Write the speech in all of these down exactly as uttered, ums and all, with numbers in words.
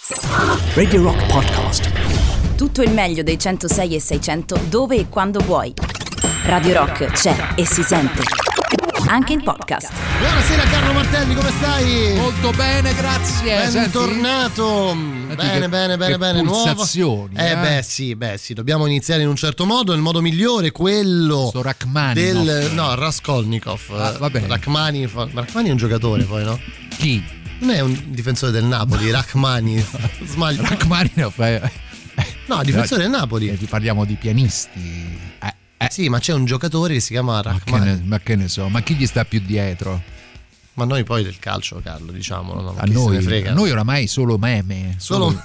Radio Rock Podcast. Tutto il meglio dei centosei e seicento dove e quando vuoi. Radio Rock c'è e si sente anche in podcast. Buonasera Carlo Martelli, come stai? Molto bene, grazie. Bentornato. Senti? Bene, che, bene, bene, che bene. pulsazioni. Nuovo. Eh, eh beh, sì, beh, sì, dobbiamo iniziare in un certo modo, il modo migliore, quello Sto Rachmaninoff. del no, Raskolnikov. Ah, va bene. Rachmaninoff, Rachmaninoff è un giocatore poi, no? Chi? Non è un difensore del Napoli, Rachmaninoff. Sbaglio. Rachmaninoff è... No, difensore del Napoli. Eh, parliamo di pianisti. Eh, eh. Sì, ma c'è un giocatore che si chiama Ma che, Rachmaninoff. ne, ma che ne so, ma chi gli sta più dietro? Ma noi poi del calcio, Carlo, diciamolo, no? Ma A chi se noi, ne frega? a noi oramai solo meme. Solo-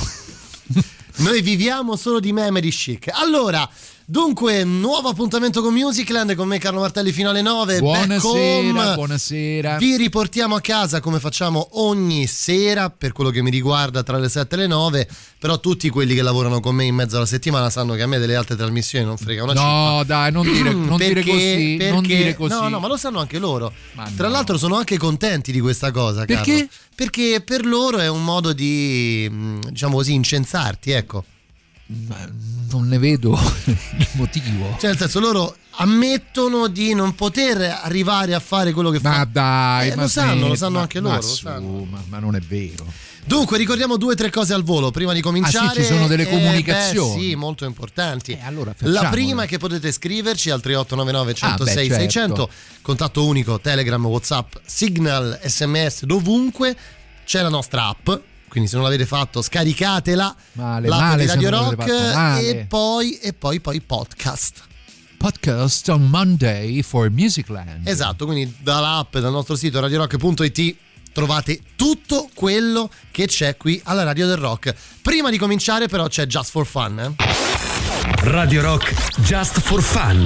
Noi viviamo solo di meme di chic. Allora, dunque, nuovo appuntamento con Musicland con me Carlo Martelli fino alle nove. Back home. Buonasera, buonasera. Vi riportiamo a casa come facciamo ogni sera, per quello che mi riguarda, tra le sette e le nove. Però tutti quelli che lavorano con me in mezzo alla settimana sanno che a me delle altre trasmissioni non frega una cippa. No, dai, non dire, non perché, dire così. perché, non dire così. No, no, ma lo sanno anche loro. Ma Tra no. l'altro sono anche contenti di questa cosa, Perché? Carlo. Perché per loro è un modo di, diciamo così, incensarti, ecco. Ma non ne vedo il motivo. Cioè, nel senso, loro ammettono di non poter arrivare a fare quello che Ma fanno. dai, Eh, ma lo sanno, smetti, lo sanno ma- anche ma loro, lo su, sanno. ma, ma non è vero. Dunque, ricordiamo due o tre cose al volo prima di cominciare. Ah, sì, ci sono delle Eh, comunicazioni. beh, sì, molto importanti. Eh, allora La facciamole. prima è che potete scriverci al tre otto nove nove Ah, beh, centosei certo. seicento, contatto unico, Telegram, WhatsApp, Signal, sms, dovunque. C'è la nostra app, quindi se non l'avete fatto scaricatela, Male, l'app male di se Radio non Rock, l'avete fatto, male. e poi e poi poi podcast. Podcast on Monday for Musicland. Esatto, quindi dall'app, dal nostro sito radiorock punto it trovate tutto quello che c'è qui alla Radio del Rock. Prima di cominciare però c'è Just for Fun, eh? Radio Rock Just for Fun.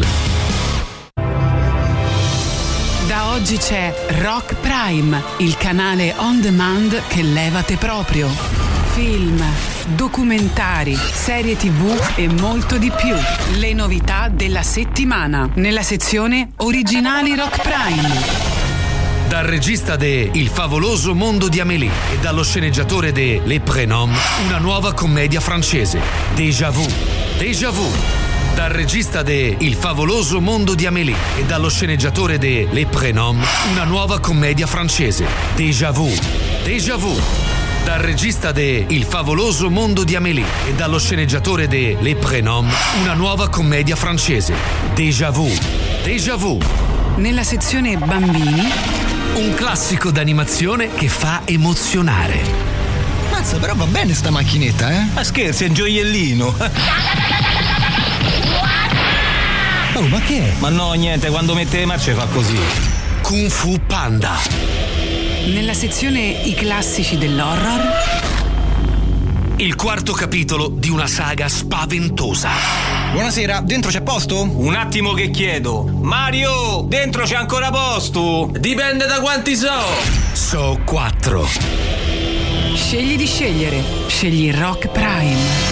Da oggi c'è Rock Prime, il canale on demand che levate proprio. Film, documentari, serie tivù e molto di più. Le novità della settimana nella sezione Originali Rock Prime. Dal regista de Il favoloso mondo di Amélie e dallo sceneggiatore de Les Prénoms, una nuova commedia francese, Déjà Vu. Déjà Vu. Dal regista de Il favoloso mondo di Amélie e dallo sceneggiatore de Les Prénoms, una nuova commedia francese, Déjà Vu. Déjà Vu. Dal regista de Il favoloso mondo di Amélie e dallo sceneggiatore de Les Prénoms, una nuova commedia francese, Déjà Vu. Déjà Vu. Nella sezione Bambini, Un classico d'animazione che fa emozionare. Mazza, però va bene sta macchinetta, eh? Ma scherzi, è un gioiellino. Oh, ma che è? Ma no, niente, quando mette le marce fa così. Kung Fu Panda. nella sezione I classici dell'horror, Il quarto capitolo di una saga spaventosa. Buonasera, dentro c'è posto? Un attimo che chiedo. Mario, dentro c'è ancora posto? Dipende da quanti so. So quattro. scegli di scegliere, scegli Rock Prime.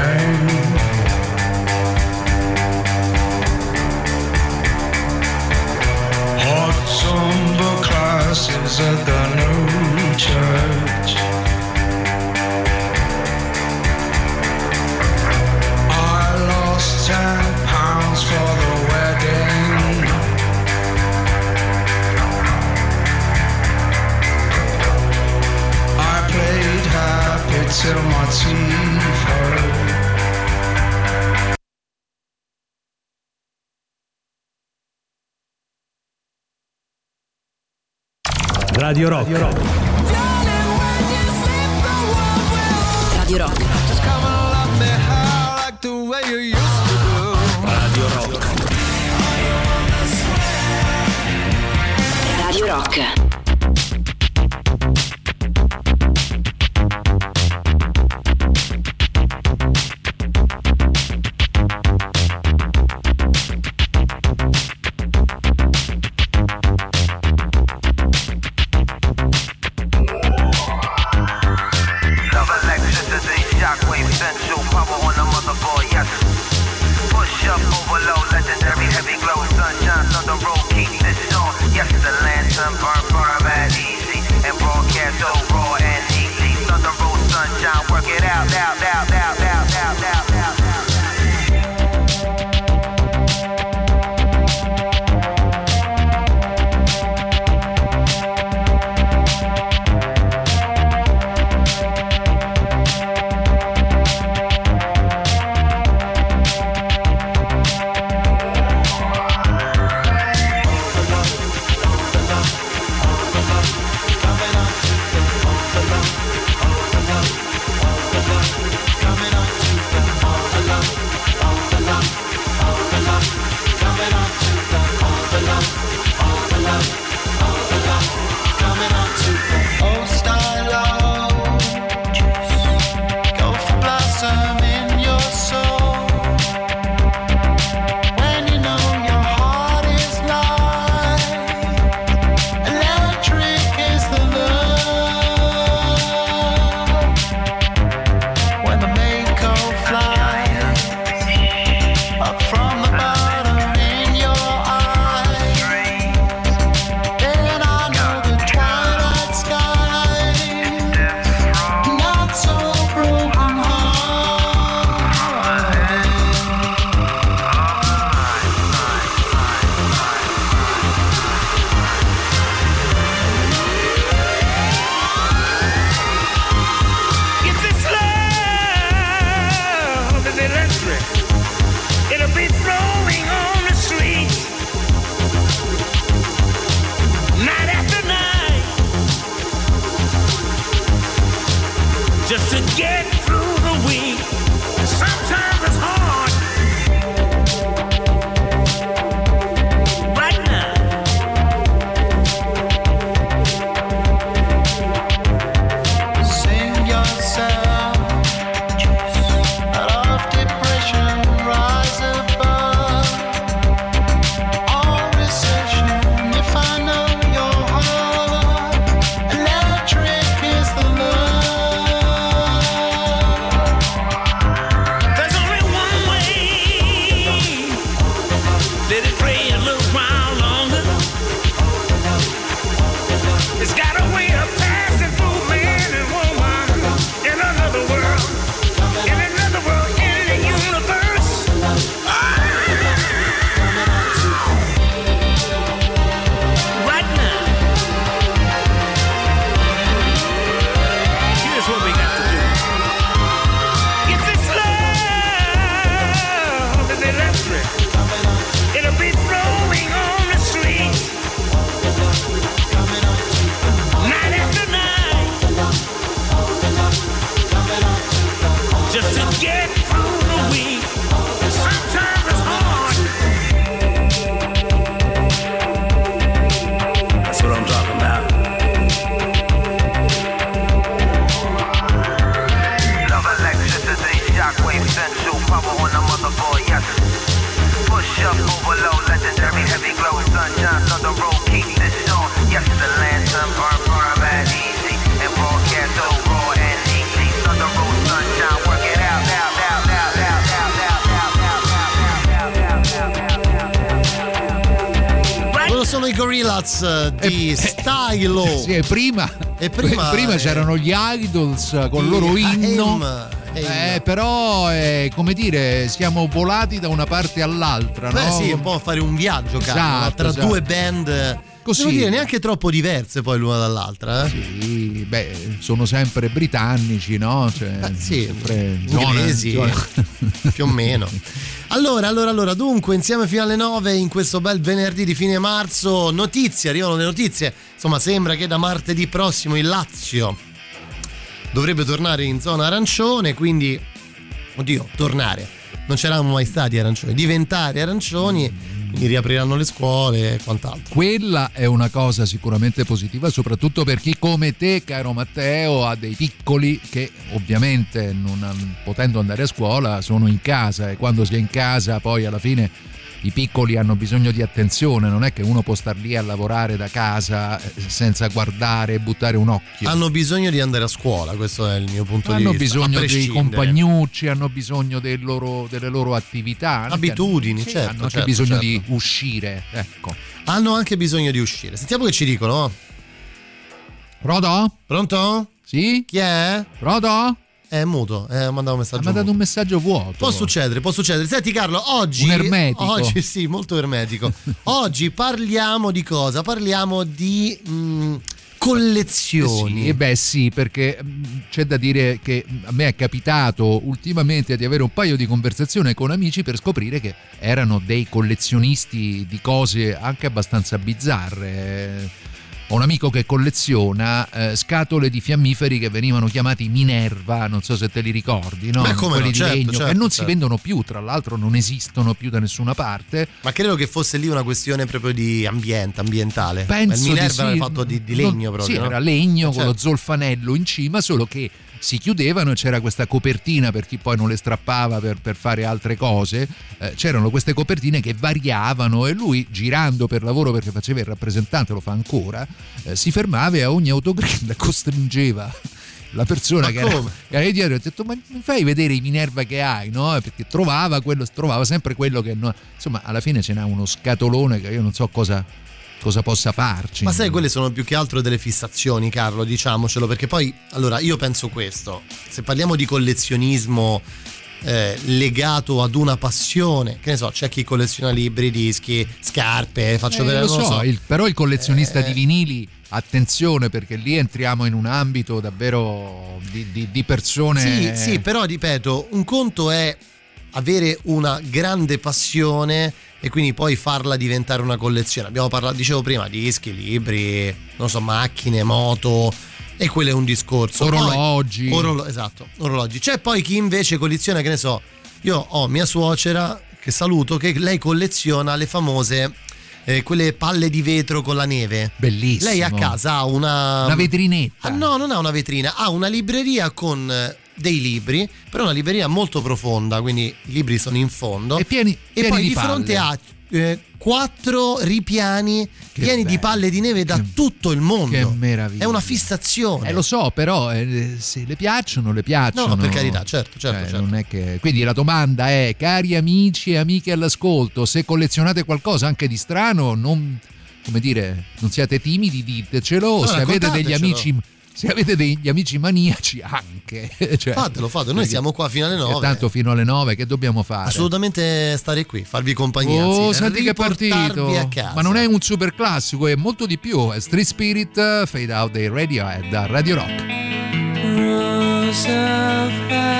rain. Hot somber classes at the new church. I lost ten pounds for the wedding. I played happy till my teeth hurt. Radio Rock. Radio Rock. Radio Rock. Radio Rock. Radio Rock. Burn, burn. i Gorillaz di Eh, Stylo. Sì, e prima, E prima, prima eh, c'erano gli Idols con il loro Di inno. Haim. Eh, però, eh, come dire, siamo volati da una parte all'altra, Beh no? sì, un po' fare un viaggio, Carlo, Esatto, tra esatto. due band. Così. Devo dire, neanche troppo diverse poi l'una dall'altra. Eh? Sì, beh, sono sempre britannici, no? Cioè, Eh, sì, sempre inglesi, zona- più o meno. Allora, allora, allora, dunque, insieme fino alle nove in questo bel venerdì di fine marzo, notizie, arrivano le notizie. Insomma, sembra che da martedì prossimo il Lazio dovrebbe tornare in zona arancione, quindi, oddio, tornare. Non c'eravamo mai stati arancioni, diventare arancioni, quindi riapriranno le scuole e quant'altro. Quella è una cosa sicuramente positiva, soprattutto per chi come te, caro Matteo, ha dei piccoli che ovviamente non han- potendo andare a scuola sono in casa, e quando si è in casa poi alla fine i piccoli hanno bisogno di attenzione, non è che uno può star lì a lavorare da casa eh, senza guardare e buttare un occhio. Hanno bisogno di andare a scuola, questo è il mio punto Hanno di vista. a bisogno dei prescindere. compagnucci, hanno bisogno del loro- delle loro attività, anche- Abitudini, sì, certo, hanno anche certo, bisogno certo. di uscire, ecco. Hanno anche bisogno di uscire. Sentiamo che ci dicono. Pronto? Pronto? Sì? Chi è? Pronto? È muto, eh, ha mandato un messaggio. Ha mandato muto. un messaggio vuoto. Può succedere, può succedere. Senti Carlo, oggi Un ermetico. Oggi sì, molto ermetico. Oggi parliamo di cosa? Parliamo di mh, collezioni. Sì, e beh sì, perché mh, c'è da dire che a me è capitato ultimamente di avere un paio di conversazioni con amici per scoprire che erano dei collezionisti di cose anche abbastanza bizzarre. Ho un amico che colleziona eh, scatole di fiammiferi che venivano chiamati Minerva, non so se te li ricordi, no? Beh, come Quelli no, di certo, legno, certo, che non certo. si vendono più, tra l'altro non esistono più da nessuna parte. Ma credo che fosse lì una questione proprio di ambiente, ambientale. Penso il Minerva di sì. era fatto di, di legno Non- proprio. Sì, no? era legno Eh, con lo certo. zolfanello in cima, solo che si chiudevano e c'era questa copertina per chi poi non le strappava per, per fare altre cose. Eh, c'erano queste copertine che variavano e lui, girando per lavoro perché faceva il rappresentante, lo fa ancora, eh, si fermava e a ogni autogrill costringeva la persona Ma che era, come? che era dietro, ha detto: ma mi fai vedere i Minerva che hai, no? Perché trovava quello, trovava sempre quello che no. Insomma, alla fine ce n'ha uno scatolone che io non so cosa cosa possa farci. Ma sai, quelle sono più che altro delle fissazioni, Carlo, diciamocelo, perché poi, allora, io penso questo, se parliamo di collezionismo eh, legato ad una passione, che ne so, c'è chi colleziona libri, dischi, scarpe, faccio Eh, vedere, lo non so, so. il- però il collezionista Eh. di vinili, attenzione, perché lì entriamo in un ambito davvero di, di- di persone. Sì, sì, però ripeto, un conto è avere una grande passione e quindi poi farla diventare una collezione. Abbiamo parlato, dicevo prima, dischi, libri, non so, macchine, moto, e quello è un discorso. Orologi. Poi, orolo- esatto, orologi. C'è poi chi invece colleziona, che ne so, io ho mia suocera, che saluto, che lei colleziona le famose eh, quelle palle di vetro con la neve. Bellissimo. Lei a casa ha una Una vetrinetta. Ah, no, non ha una vetrina, ha una libreria con eh, dei libri, però una libreria molto profonda, quindi i libri sono in fondo. E pieni, E pieni poi di di palle. fronte ha eh, quattro ripiani Che pieni bello. di palle di neve da tutto il mondo. Che meraviglia. È una fissazione. Eh, lo so, però eh, se le piacciono, le piacciono. No, per carità, certo, certo, Eh, certo. non è che... Quindi la domanda è, cari amici e amiche all'ascolto, se collezionate qualcosa anche di strano, non, come dire, non siate timidi, ditecelo. No, se avete degli raccontatecelo. amici, se avete degli amici maniaci anche. Cioè, Fatelo, fatelo. Noi perché- siamo qua fino alle e nove. tanto fino alle nove che dobbiamo fare? Assolutamente stare qui, farvi compagnia. Oh, anzi, senti che è riportarvi partito. a casa. Ma non è un super classico, è molto di più. È Street Spirit, Fade Out dei Radiohead da Radio Rock. Rows of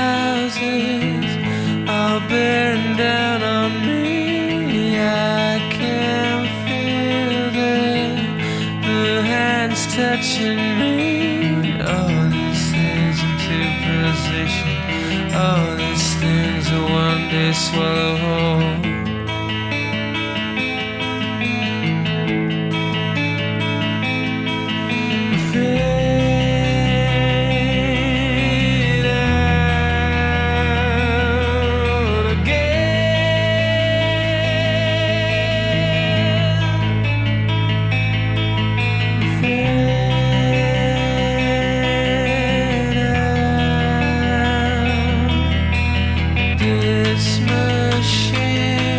houses are bearing down on me. I can feel the, the hands touching me. All these things into position. All these things will one day swallow whole. This machine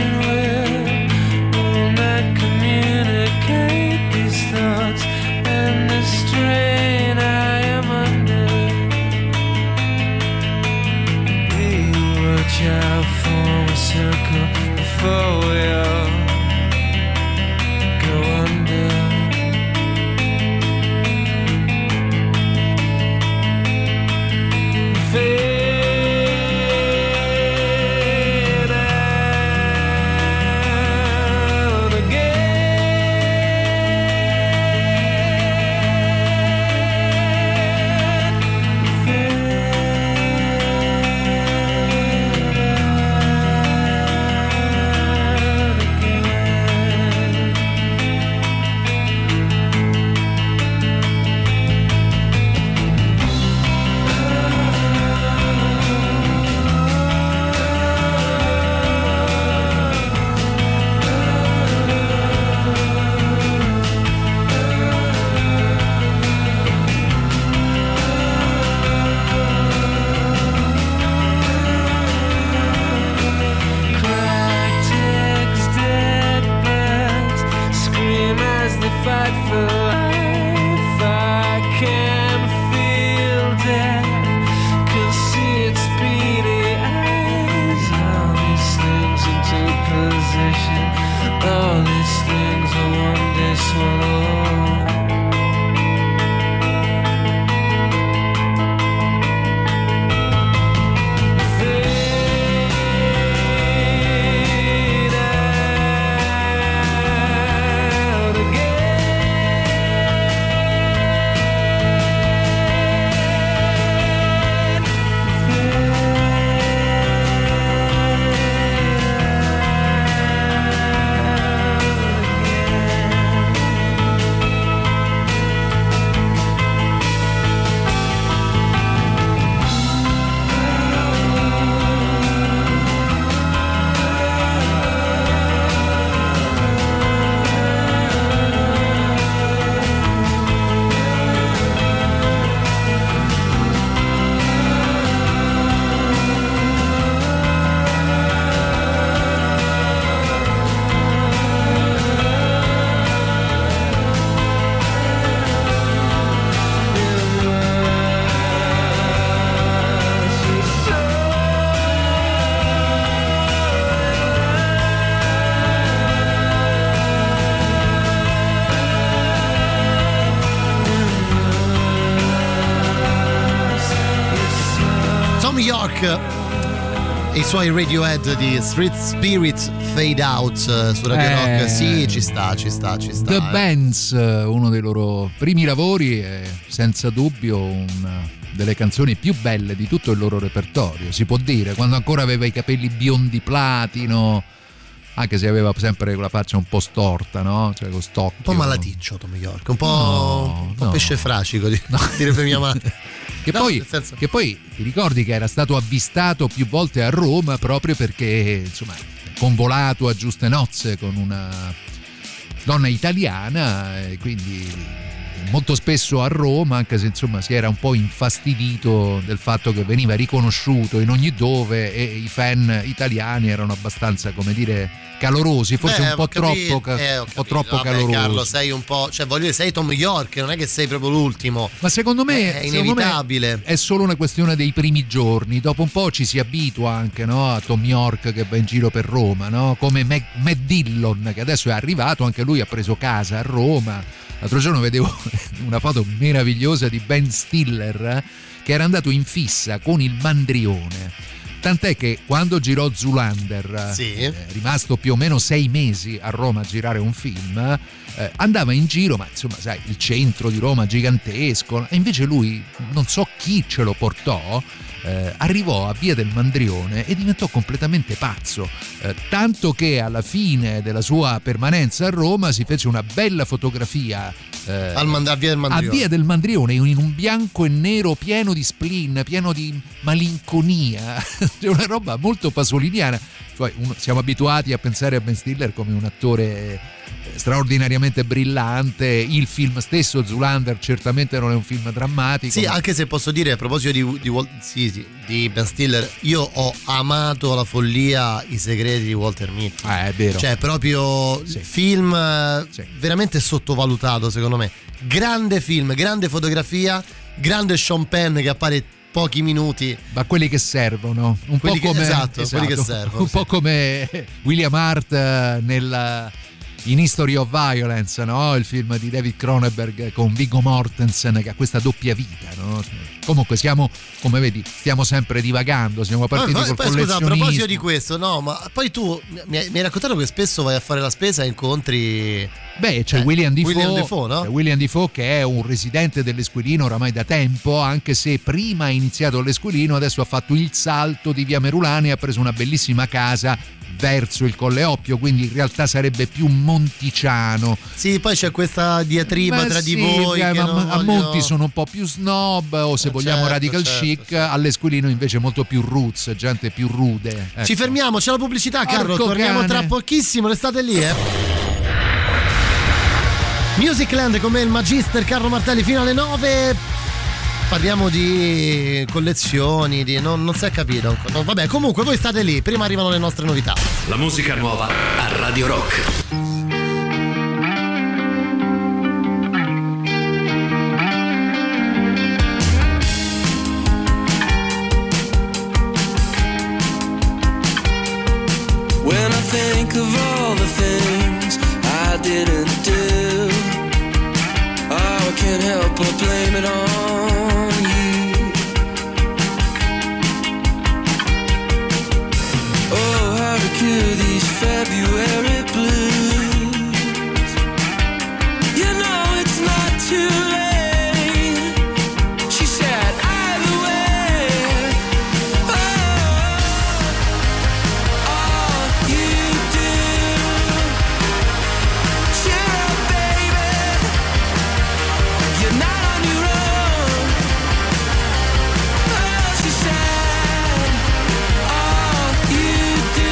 form a circle before we all go under. Fade out again. Fade fight for life. I can feel death, can see its beady eyes. All these things into position, all these things are one day swallowed. I suoi Radiohead di Street Spirit Fade Out su Radio eh, Rock. Sì, ci sta, ci sta, ci sta. The eh. Bands, uno dei loro primi lavori, è senza dubbio una delle canzoni più belle di tutto il loro repertorio, si può dire, quando ancora aveva i capelli biondi platino, anche se aveva sempre quella faccia un po' storta, no? Cioè con stocchio. Un po' malaticcio Tom York, un po', no, un po' no. pesce frascico, no. direbbe mia madre. Che, no, poi, senso... che poi ti ricordi che era stato avvistato più volte a Roma proprio perché insomma convolato a giuste nozze con una donna italiana, e quindi molto spesso a Roma, anche se insomma si era un po' infastidito del fatto che veniva riconosciuto in ogni dove, e i fan italiani erano abbastanza, come dire, calorosi, forse Beh, un po' capito, troppo, eh, un po' troppo Vabbè, calorosi. Carlo, sei un po', cioè voglio dire, sei Tom York, non è che sei proprio l'ultimo. Ma secondo me è inevitabile. Secondo me è solo una questione dei primi giorni, dopo un po' ci si abitua anche, no, a Tom York che va in giro per Roma, no? Come Mac, Matt Dillon, che adesso è arrivato, anche lui ha preso casa a Roma. L'altro giorno vedevo una foto meravigliosa di Ben Stiller, eh, che era andato in fissa con il Mandrione, tant'è che quando girò Zoolander, sì. eh, rimasto più o meno sei mesi a Roma a girare un film, eh, andava in giro, ma insomma sai, il centro di Roma gigantesco, e invece lui, non so chi ce lo portò, eh, arrivò a Via del Mandrione e diventò completamente pazzo, eh, tanto che alla fine della sua permanenza a Roma si fece una bella fotografia eh, Al mand- a Via del Mandrione, a Via del Mandrione in un bianco e nero pieno di spleen, pieno di malinconia, c'è una roba molto pasoliniana. Cioè, uno, siamo abituati a pensare a Ben Stiller come un attore straordinariamente brillante, il film stesso Zoolander certamente non è un film drammatico. Sì, anche se posso dire, a proposito di, di, sì, sì, di Ben Stiller, io ho amato la follia I segreti di Walter Mitty. Ah, è vero. Cioè proprio sì. film sì. veramente sottovalutato secondo me. Grande film, grande fotografia, grande Sean Penn che appare pochi minuti, ma quelli che servono, un quelli po' come che, esatto, esatto, quelli che servono, un sì. po' come William Hart nel in History of Violence, no? Il film di David Cronenberg con Viggo Mortensen che ha questa doppia vita, no? Comunque siamo, come vedi, stiamo sempre divagando, siamo partiti ma, ma, col poi, collezionismo. Scusa, a proposito di questo, no, ma poi tu mi hai, mi hai raccontato che spesso vai a fare la spesa e incontri... Beh, c'è eh, William Dafoe, William Dafoe, no? c'è William Dafoe che è un residente dell'Esquilino oramai da tempo, anche se prima ha iniziato all'Esquilino, adesso ha fatto il salto di via Merulani e ha preso una bellissima casa verso il Colle Oppio, quindi in realtà sarebbe più monticiano. Sì, poi c'è questa diatriba ma tra sì, di voi eh, che ma, non a voglio... Monti sono un po' più snob o se eh, vogliamo certo, radical certo, chic, certo. all'Esquilino invece molto più roots, gente più rude, ecco. Ci fermiamo, c'è la pubblicità, Carlo, Porco torniamo cane. tra pochissimo, restate lì, eh. Musicland con me il Magister Carlo Martelli fino alle nove. Parliamo di collezioni, di non, non si è capito. No, vabbè, comunque voi state lì, prima arrivano le nostre novità. La musica nuova a Radio Rock. When I think of all the things I didn't do, oh, I can't help but blame it on you. Oh, how to cure these February blues. You know it's not too late, she said, either way. Oh, all you do, cheer up, baby. You're not on your own. Oh, she said, all you do,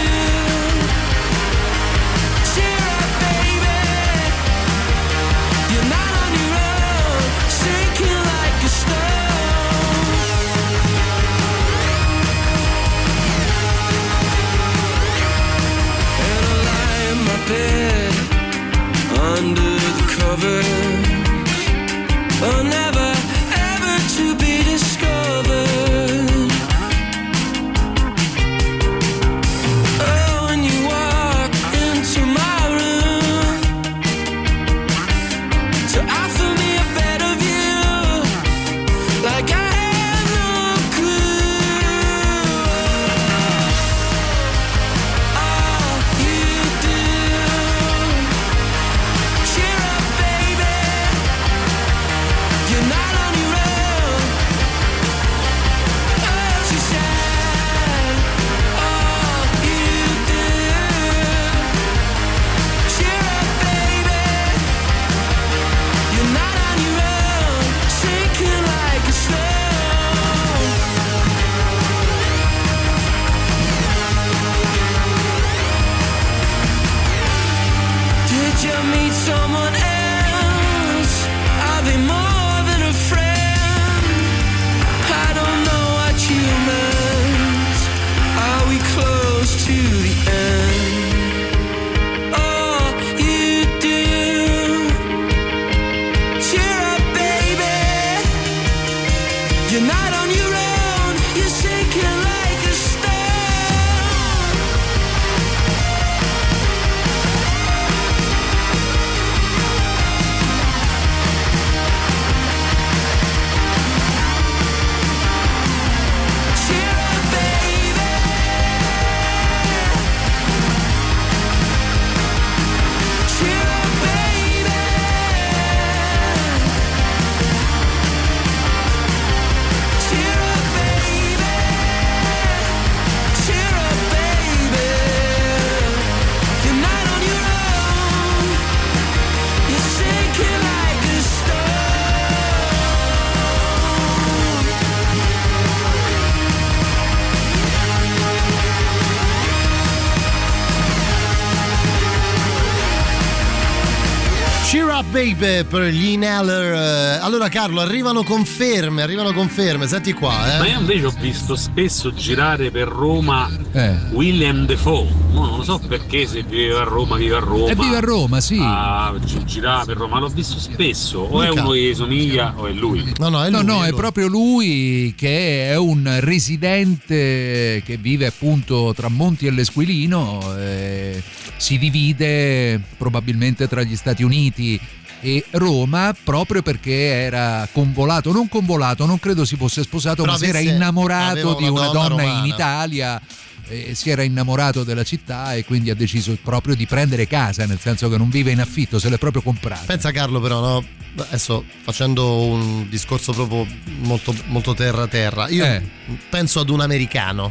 cheer up, baby. You're not on your own, sinking like a stone. And I lie in my bed under the covers, oh, never ever to be discovered. Oh, when you walk into my room to offer me a better view, like I had no clue. All you do, cheer up, baby. You're not on your own. Oh, she said, all you do, cheer up, baby. You're not on your own, sinking like a stone. Did you meet someone else? Are they more than a friend? I don't know what you meant. Are we close to the end? All you do, cheer up, baby. You're not on your own. You're sinking like a stone. Up Baby per Gene Heller. Allora Carlo, arrivano conferme, arrivano conferme, senti qua eh. Ma io invece ho visto spesso girare per Roma eh. William Defoe, no, non so perché, se viveva a Roma, vive a Roma. E vive a Roma, sì. Ah, girava per Roma, l'ho visto spesso, o Mica. è uno che somiglia o è lui. No, no, è No, lui, no, è è lui. proprio lui che è un residente che vive appunto tra Monti e l'Esquilino, eh, si divide probabilmente tra gli Stati Uniti e Roma proprio perché era convolato, non convolato, non credo si fosse sposato, Però ma si era avesse- innamorato aveva di una una donna donna romana. in Italia. Eh, si era innamorato della città e quindi ha deciso proprio di prendere casa, nel senso che non vive in affitto, se l'è proprio comprata. Pensa Carlo però, no? Adesso facendo un discorso proprio molto, molto terra terra, io Eh. penso ad un americano,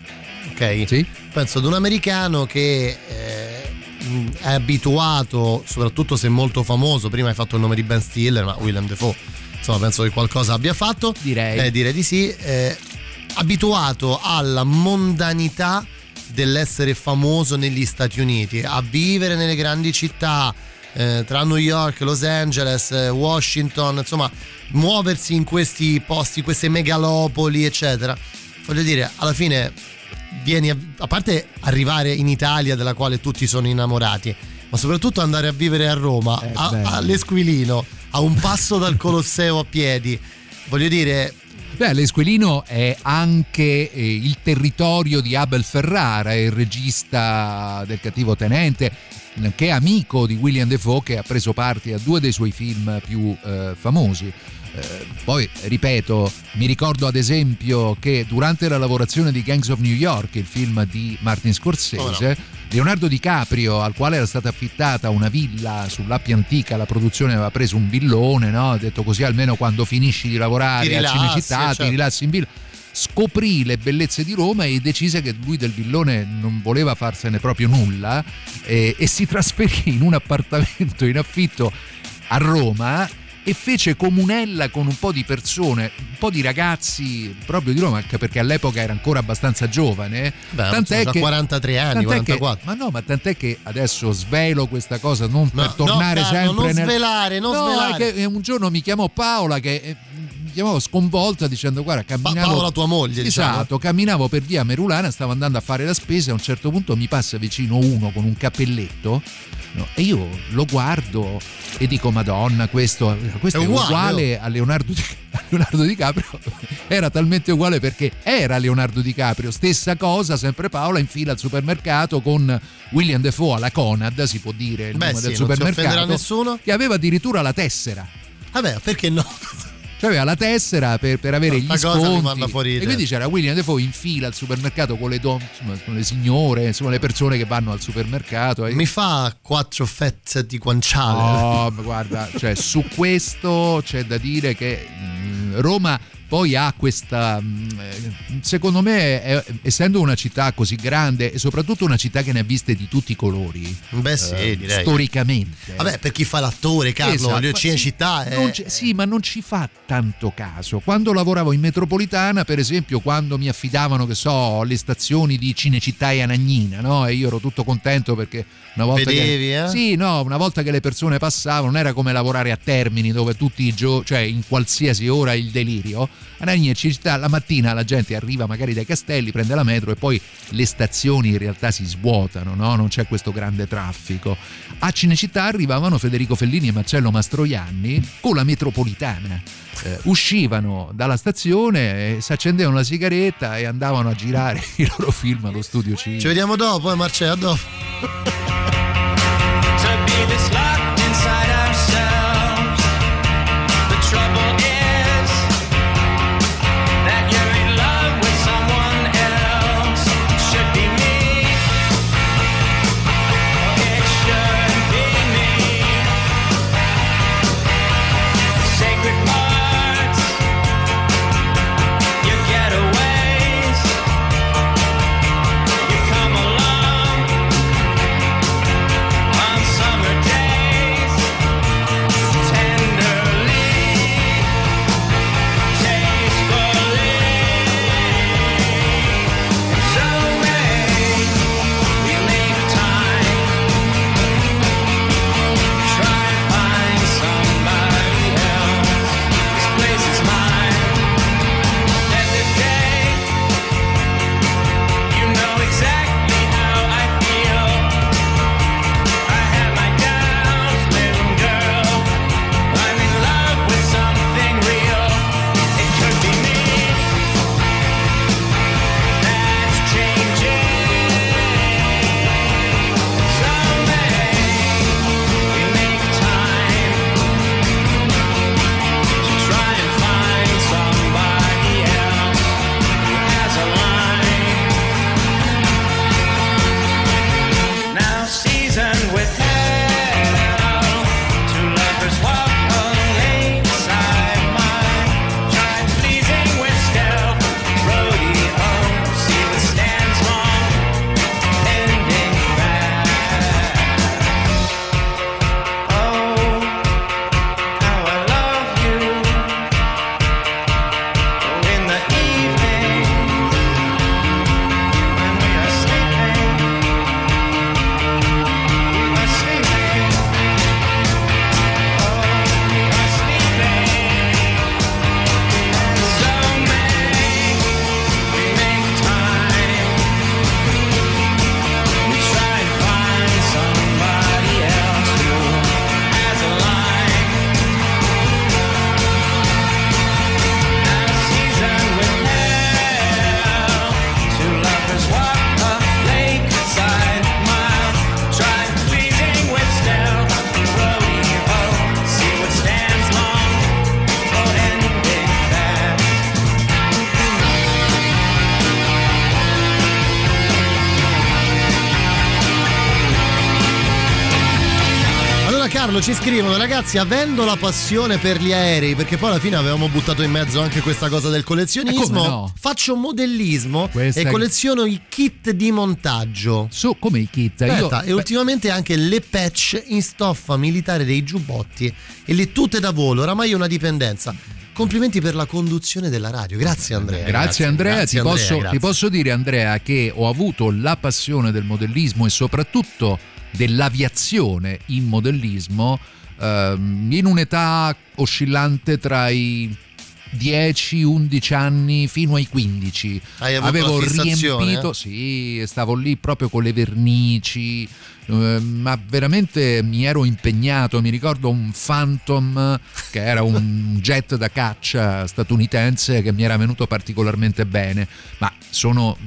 ok? Sì? Penso ad un americano che eh, è abituato, soprattutto se molto famoso, prima hai fatto il nome di Ben Stiller, ma Willem Dafoe, insomma penso che qualcosa abbia fatto. Direi. Eh, direi di sì. Eh, abituato alla mondanità dell'essere famoso negli Stati Uniti, a vivere nelle grandi città, eh, tra New York, Los Angeles, eh, Washington, insomma muoversi in questi posti, queste megalopoli eccetera. Voglio dire, alla fine vieni a, a parte arrivare in Italia della quale tutti sono innamorati, ma soprattutto andare a vivere a Roma, Eh, a, bello. all'Esquilino, a un passo dal Colosseo a piedi. Voglio dire, Beh, l'Esquilino è anche eh, il territorio di Abel Ferrara, il regista del Cattivo Tenente, che è amico di William Dafoe, che ha preso parte a due dei suoi film più eh, famosi. Eh, poi, ripeto, mi ricordo ad esempio che durante la lavorazione di Gangs of New York, il film di Martin Scorsese, Oh no. Leonardo DiCaprio, al quale era stata affittata una villa sull'Appia Antica, la produzione aveva preso un villone, no? Ha detto così almeno quando finisci di lavorare Ti a rilassi, Cinecittà certo. ti rilassi in villa. Scoprì le bellezze di Roma e decise che lui del villone non voleva farsene proprio nulla, e, e si trasferì in un appartamento in affitto a Roma e fece comunella con un po' di persone, un po' di ragazzi proprio di Roma, anche perché all'epoca era ancora abbastanza giovane. beh, tant'è sono che quarantatré anni, tant'è che- quarantaquattro. ma no, ma tant'è che adesso svelo questa cosa non No, per tornare no, Carlo, sempre non nel... svelare, non no, svelare. è che un giorno mi chiamò Paola, che eh, mi chiamavo sconvolta dicendo guarda, Pa- camminavo Paola, tua moglie, esatto, diciamo. camminavo per via Merulana, stavo andando a fare la spesa e a un certo punto mi passa vicino uno con un cappelletto, no, e io lo guardo e dico madonna, questo, questo È è uguale, uguale a Leonardo, Di, a Leonardo DiCaprio. Era talmente uguale perché era Leonardo DiCaprio. Stessa cosa, sempre Paola in fila al supermercato con William Dafoe alla Conad, si può dire il Beh, nome sì, del non si offenderà supermercato, nessuno. che aveva addirittura la tessera. Vabbè, perché no? Cioè aveva la tessera per, per avere No, gli sta cosa mi manda sconti fuori di e quindi testa. c'era William Dafoe in fila al supermercato con le donne, insomma, con le signore, insomma le persone che vanno al supermercato. Mi fa quattro fette di guanciale. No, ma guarda, cioè su questo c'è da dire che mh, Roma poi ha questa, mh, eh, secondo me, è- essendo una città così grande e soprattutto una città che ne ha viste di tutti i colori, Beh, sì, eh, direi. storicamente. Vabbè, per chi fa l'attore, Carlo, Esatto, voglio dire, ma Cinecittà sì, è... non ci- sì, ma non ci fa tanto caso. Quando lavoravo in metropolitana, per esempio, quando mi affidavano, che so, le stazioni di Cinecittà e Anagnina, no? E io ero tutto contento perché una volta Vedevi, che eh? sì, no, una volta che le persone passavano, non era come lavorare a Termini, dove tutti i giorni, cioè in qualsiasi ora il delirio. Anagnina e Cinecittà, la mattina la gente arriva magari dai castelli, prende la metro e poi le stazioni in realtà si svuotano, no? Non c'è questo grande traffico. A Cinecittà arrivavano Federico Fellini e Marcello Mastroianni con la metropolitana. Eh, uscivano dalla stazione, eh, si accendevano la sigaretta e andavano a girare i loro film allo studio C. Ci vediamo dopo, eh, Marcello, a dopo. To be this locked inside ourselves. The trouble is that you're in love with someone else. Should be me. It should be me. Sacred parts, your getaways. You come along on summer days. Carlo, ci scrivono: ragazzi, avendo la passione per gli aerei, perché poi alla fine avevamo buttato in mezzo anche questa cosa del collezionismo, no? faccio modellismo Questa e è... colleziono i kit di montaggio. So, come i kit? Aspetta, Io... e ultimamente anche le patch in stoffa militare dei giubbotti e le tute da volo, oramai è una dipendenza. Complimenti per la conduzione della radio, grazie Andrea. Grazie, grazie Andrea, grazie ti, Andrea posso, grazie. ti posso dire Andrea che ho avuto la passione del modellismo e soprattutto dell'aviazione in modellismo ehm, in un'età oscillante tra i dieci undici anni fino ai quindici. Hai avuto avevo una riempito, eh? sì, stavo lì proprio con le vernici, eh, ma veramente mi ero impegnato. Mi ricordo un Phantom che era un jet da caccia statunitense che mi era venuto particolarmente bene, ma sono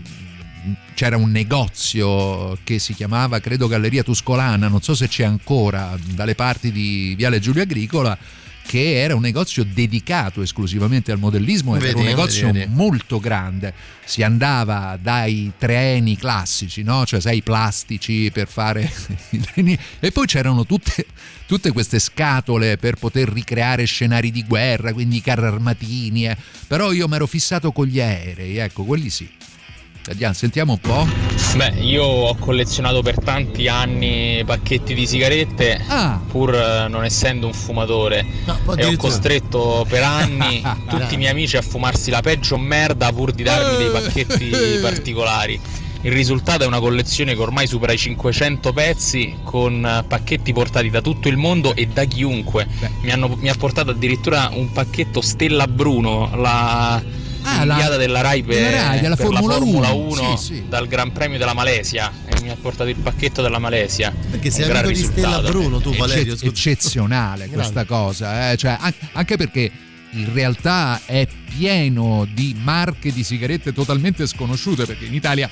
c'era un negozio che si chiamava, credo, Galleria Tuscolana, non so se c'è ancora, dalle parti di Viale Giulio Agricola, che era un negozio dedicato esclusivamente al modellismo ed era un negozio vedi, vedi. molto grande. Si andava dai treni classici, no? Cioè sai, plastici per fare i treni, e poi c'erano tutte, tutte queste scatole per poter ricreare scenari di guerra, quindi i carri armatini, eh. Però io mi ero fissato con gli aerei, ecco, quelli sì. Andiamo, sentiamo un po'. Beh, io ho collezionato per tanti anni pacchetti di sigarette, ah. pur non essendo un fumatore, no, e ho costretto per anni tutti i miei amici a fumarsi la peggio merda pur di darmi dei pacchetti particolari. Il risultato è una collezione che ormai supera i cinquecento pezzi, con pacchetti portati da tutto il mondo e da chiunque. Mi, hanno, mi ha portato addirittura un pacchetto Stella Bruno, la... Ah, inviata la, della Rai per, della, Rai, della per Formula la Formula uno, sì, sì. dal Gran Premio della Malesia, e mi ha portato il pacchetto della Malesia. Perché sei amico di Stella Bruno tu, Valerio? Ecce- eccezionale questa cosa, eh? Cioè, anche perché in realtà è pieno di marche di sigarette totalmente sconosciute, perché in Italia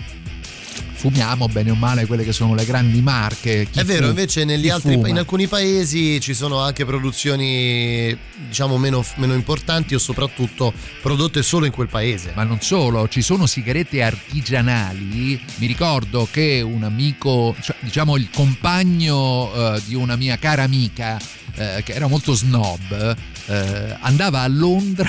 fumiamo bene o male quelle che sono le grandi marche. Chi è vero, fu, invece negli altri, in alcuni paesi ci sono anche produzioni diciamo meno, meno importanti o soprattutto prodotte solo in quel paese. Ma non solo, ci sono sigarette artigianali. Mi ricordo che un amico, cioè, diciamo il compagno eh, di una mia cara amica eh, che era molto snob, eh, andava a Londra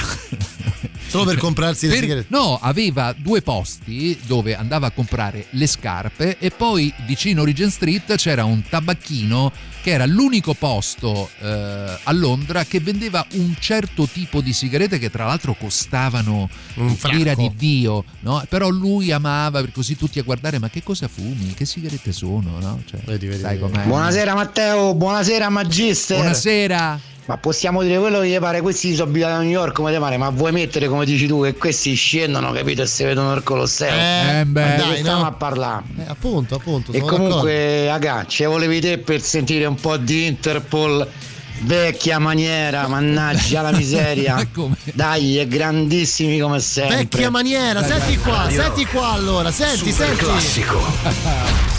solo per comprarsi le per, sigarette? No, aveva due posti dove andava a comprare le scarpe, e poi vicino Regent Street c'era un tabacchino che era l'unico posto eh, a Londra che vendeva un certo tipo di sigarette che tra l'altro costavano l'ira di Dio, no? Però lui amava, per così tutti a guardare: ma che cosa fumi? Che sigarette sono? No? Cioè, vedi, vedi, sai vedi. com'è? Buonasera Matteo, buonasera Magister. Buonasera. Ma possiamo dire quello che gli pare, questi sono abitati a New York, come te pare, ma vuoi mettere, come dici tu, che questi scendono, capito, e si vedono il Colosseo? Eh, beh, dai, stiamo no? a parlare. Eh, appunto, appunto. E comunque, raga, ci volevi te per sentire un po' di Interpol, vecchia maniera, mannaggia la miseria. Dai, è grandissimi come sempre. Vecchia maniera, dai, senti qua, radio. senti qua allora, senti, Super senti. classico.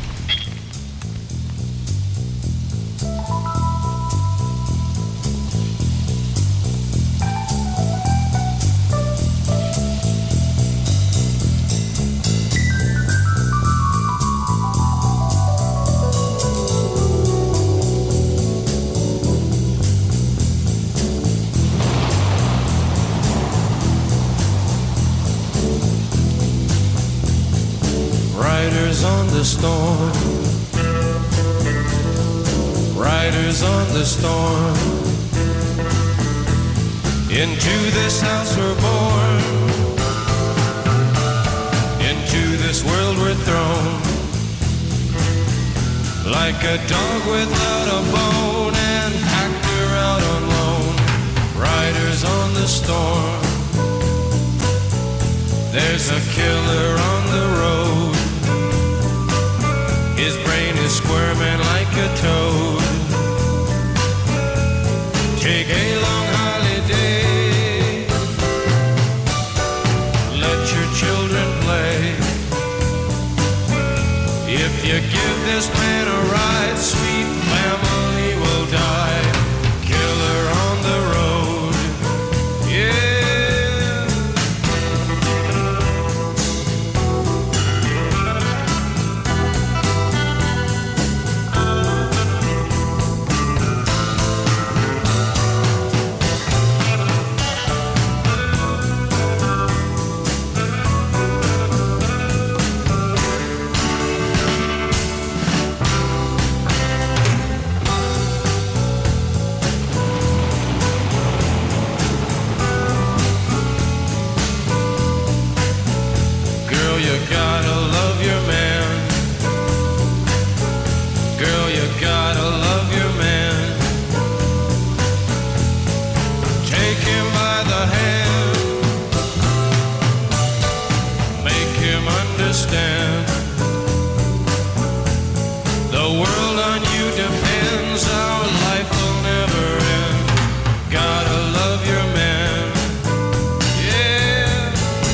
On the storm, riders on the storm. Into this house we're born, into this world we're thrown, like a dog without a bone, and packed her out on loan. Riders on the storm, there's a killer on the road. His brain is squirming like a toad. Take a long holiday, let your children play. If you give this man a ride, sweet family will die. Killer on the road, yeah. world on you depends, our life will never end. Gotta love your man, yeah.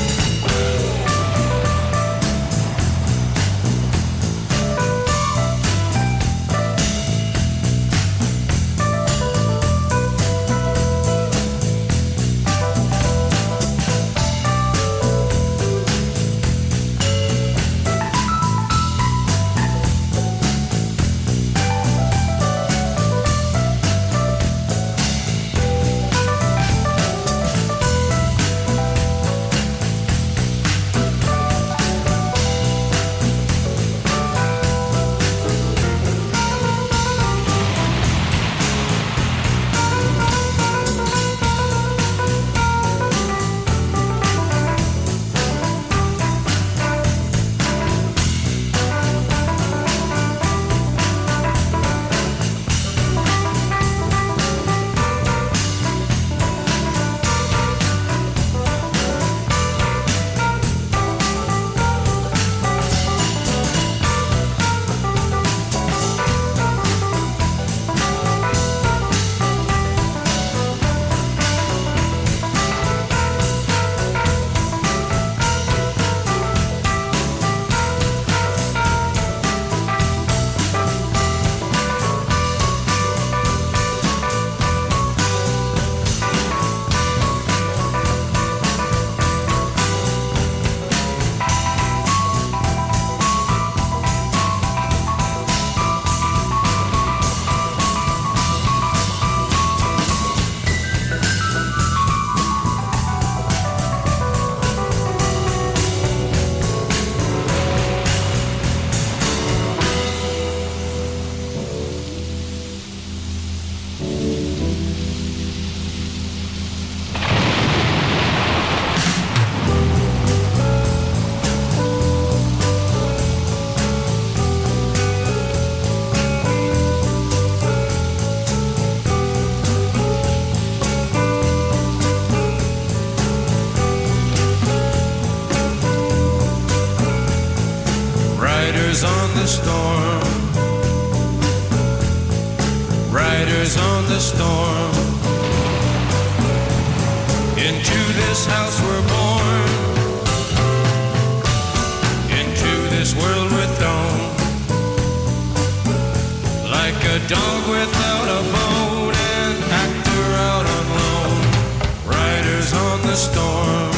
Riders on the storm, riders on the storm. Into this house we're born, into this world we're thrown, like a dog without a bone, an actor out on loan. Riders on the storm.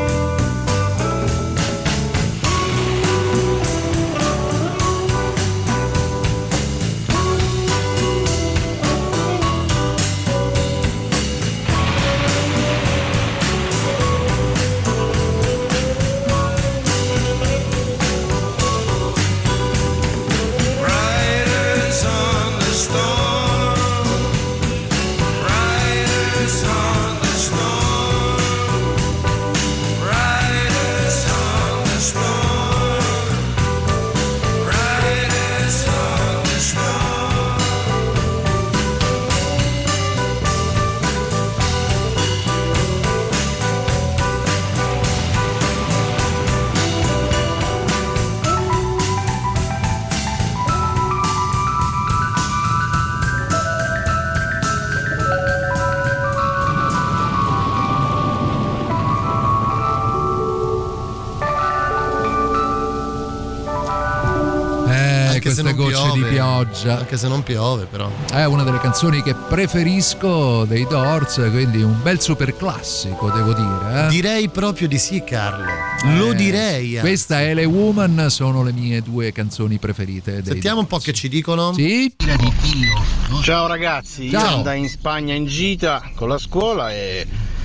Queste gocce piove, di pioggia, anche se non piove, però è una delle canzoni che preferisco dei Doors, quindi un bel super classico, devo dire, eh? Direi proprio di sì, Carlo, eh, lo direi. Questa e Le Woman sono le mie due canzoni preferite dei Sentiamo Doors. Un po' che ci dicono. Sì? Ciao ragazzi, Ciao. io andai in Spagna in gita con la scuola e,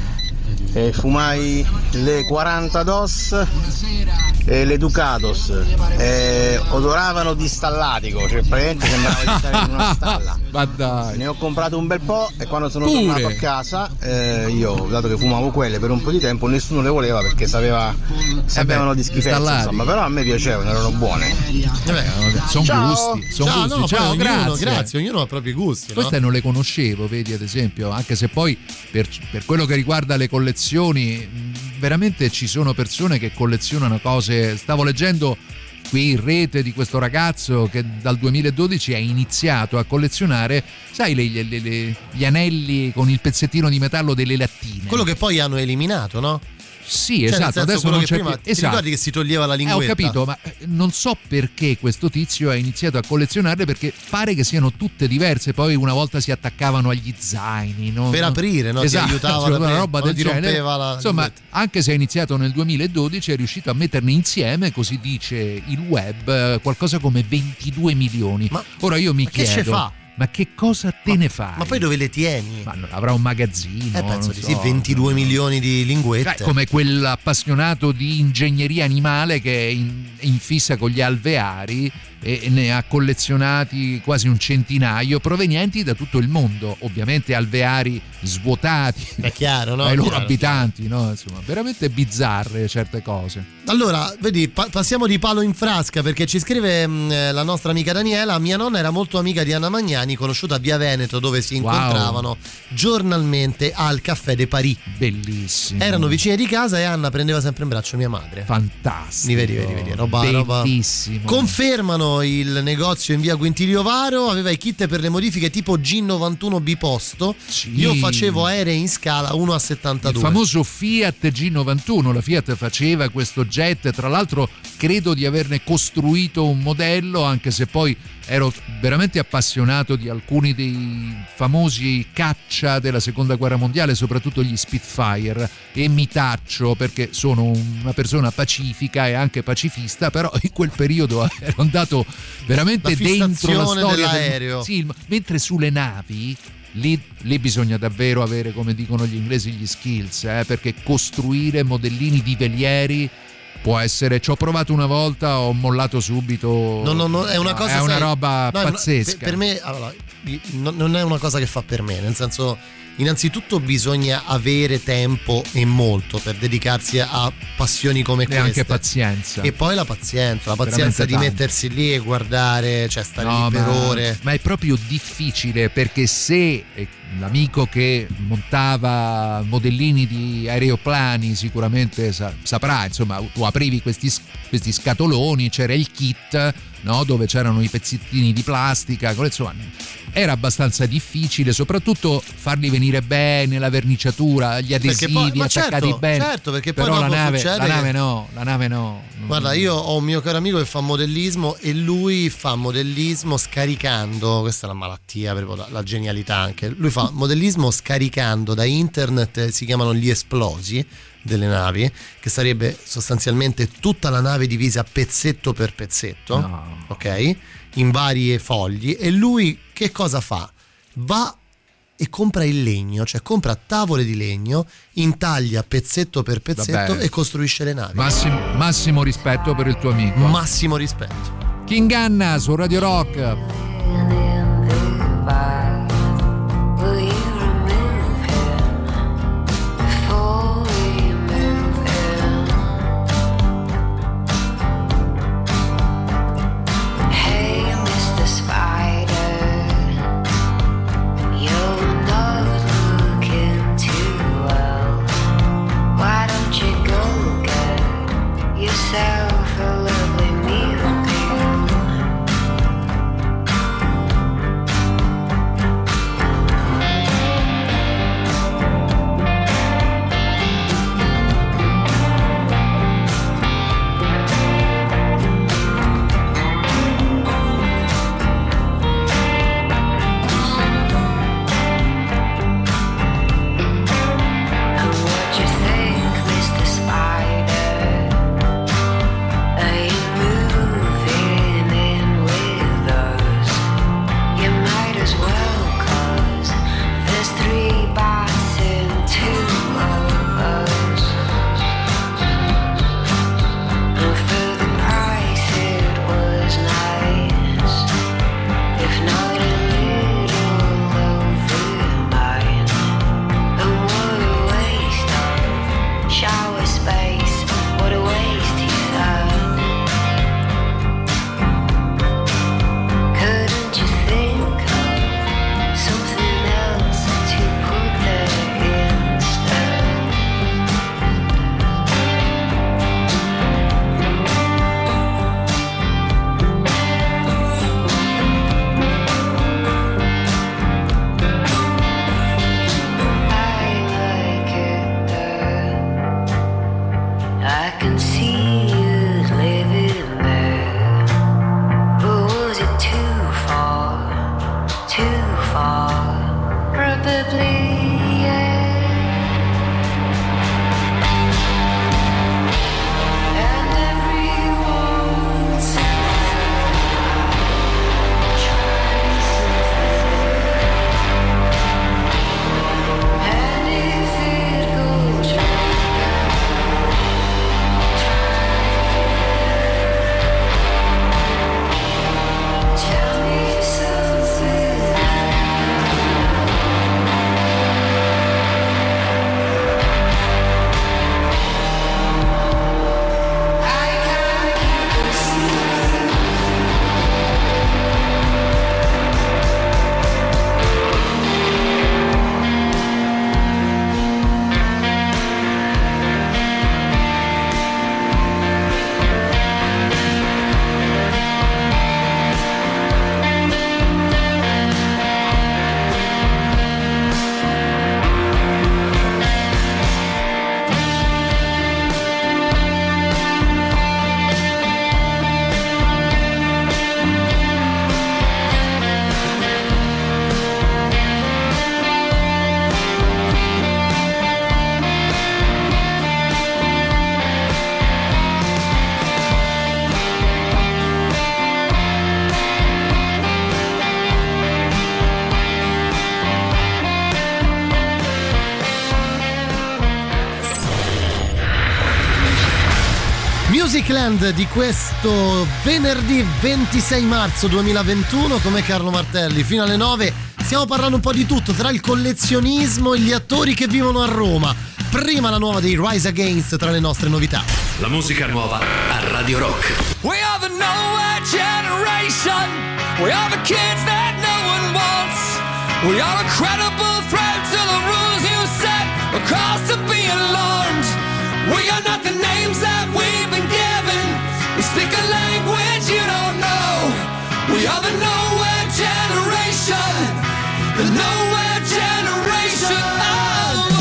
e fumai le quaranta dos e le Ducados, e odoravano di stallatico, cioè praticamente sembrava di stare in una stalla. Ma dai. Ne ho comprato un bel po' e quando sono Pure. tornato a casa, eh, io, dato che fumavo quelle per un po' di tempo, nessuno le voleva perché sapeva, sapevano eh beh, di schifezza, insomma, però a me piacevano, erano buone. Eh sono gusti, son Ciao, gusti. no, Ciao, ognuno, grazie. grazie, ognuno ha i propri gusti. Queste no? non le conoscevo, vedi, ad esempio, anche se poi per, per quello che riguarda le collezioni, veramente ci sono persone che collezionano cose. Stavo leggendo qui in rete di questo ragazzo che dal duemiladodici ha iniziato a collezionare, sai, le, le, le, gli anelli con il pezzettino di metallo delle lattine. Quello che poi hanno eliminato, no? Sì, cioè, esatto, adesso non c'è prima, più. Ti esatto. ricordi che si toglieva la linguetta? Eh, ho capito, ma non so perché questo tizio ha iniziato a collezionarle, perché pare che siano tutte diverse. Poi una volta si attaccavano agli zaini, no? Per aprire, no? Esatto, ti aiutava cioè, una una roba del genere. La Insomma, linguetta. anche se è iniziato nel duemiladodici, è riuscito a metterne insieme, così dice il web, qualcosa come ventidue milioni. Ma ora io mi ma che chiedo, ce fa? ma che cosa te ma, ne fai? Ma poi dove le tieni? Ma avrà un magazzino? Eh, penso non di so. sì, ventidue milioni di linguette. Beh, come quell'appassionato di ingegneria animale che è in, in fissa con gli alveari e ne ha collezionati quasi un centinaio, provenienti da tutto il mondo, ovviamente alveari svuotati è chiaro, no? dai loro chiaro, abitanti, no? Insomma, veramente bizzarre certe cose. Allora, vedi, pa- passiamo di palo in frasca, perché ci scrive mh, la nostra amica Daniela: mia nonna era molto amica di Anna Magnani, conosciuta a Via Veneto, dove si incontravano wow. giornalmente al Caffè de Paris. Bellissimo. Erano vicine di casa e Anna prendeva sempre in braccio mia madre. Fantastico. Vedi, vedi, vedi, roba, bellissimo. Roba. Confermano il negozio in via Quintilio Varo, aveva i kit per le modifiche tipo G novantuno biposto. Sì. Io facevo aerei in scala uno a settantadue. Il famoso Fiat G novantuno. La Fiat faceva questo jet, tra l'altro credo di averne costruito un modello, anche se poi ero veramente appassionato di alcuni dei famosi caccia della seconda guerra mondiale, soprattutto gli Spitfire, e mi taccio perché sono una persona pacifica e anche pacifista, però in quel periodo ero andato veramente la dentro la storia dell'aereo. Del, sì, mentre sulle navi Lì, lì bisogna davvero avere, come dicono gli inglesi, gli skills, eh, perché costruire modellini di velieri può essere, ci ho provato una volta, ho mollato subito. No, no, no, è una cosa, è una sai, roba no, pazzesca. Per, per me, allora, non è una cosa che fa per me, nel senso, innanzitutto bisogna avere tempo e molto per dedicarsi a passioni come e queste. E anche pazienza. E poi la pazienza, la pazienza di tanto. mettersi lì e guardare, cioè stare no, lì per ma, ore. Ma è proprio difficile, perché se l'amico che montava modellini di aeroplani sicuramente sa, saprà, insomma, tu aprivi questi, questi scatoloni, c'era il kit, no, dove c'erano i pezzettini di plastica, insomma era abbastanza difficile, soprattutto farli venire bene, la verniciatura, gli adesivi poi, attaccati certo, bene. certo, perché però poi la nave, succede la nave che... no, la nave no. Guarda, io ho un mio caro amico che fa modellismo e lui fa modellismo scaricando, questa è la malattia, proprio la, la genialità anche, lui fa modellismo scaricando da internet, si chiamano gli esplosi delle navi, che sarebbe sostanzialmente tutta la nave divisa pezzetto per pezzetto, no. ok? In varie fogli, e lui che cosa fa? Va e compra il legno, cioè compra tavole di legno, intaglia pezzetto per pezzetto Vabbè. e costruisce le navi. Massimo, massimo rispetto per il tuo amico. Massimo rispetto. Chi inganna su Radio Rock. Yourself a lovely meal. Musicland di questo venerdì ventisei marzo duemilaventuno, come Carlo Martelli fino alle nove. Stiamo parlando un po' di tutto, tra il collezionismo e gli attori che vivono a Roma. Prima la nuova dei Rise Against tra le nostre novità. La musica nuova a Radio Rock. We are the nowhere generation. We are the kids that no one wants. We are a credible threat to the rules you set. A cause to be alarmed. We are not the names that we've been given. We speak a language you don't know. We are the nowhere generation. The nowhere generation. Oh.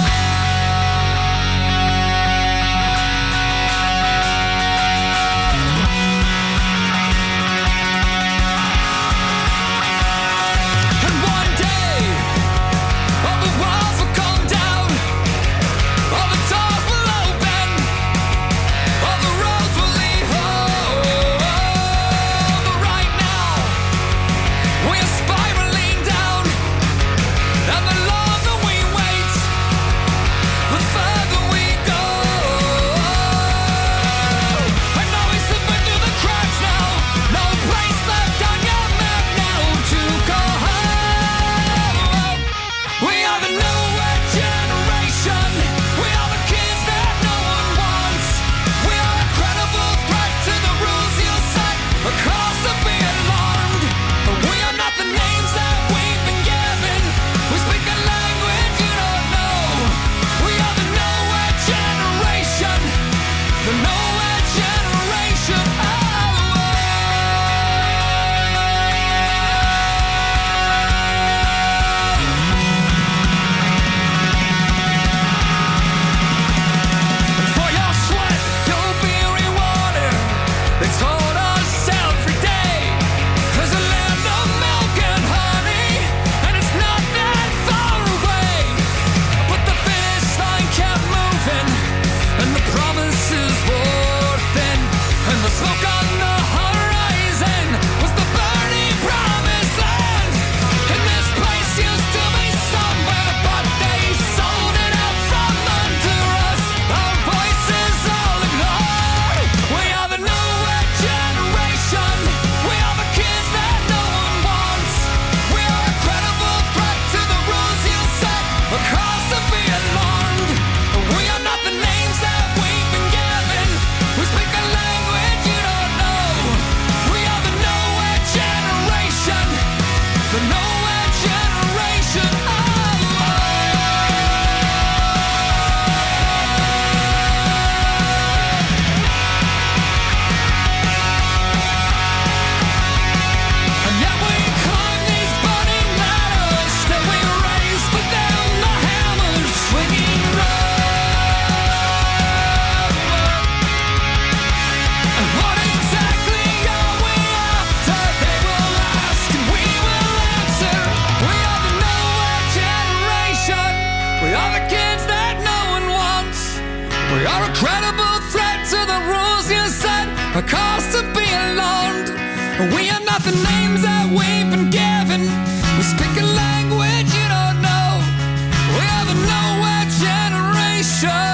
A cause to be alarmed. We are not the names that we've been given. We speak a language you don't know. We are the nowhere generation.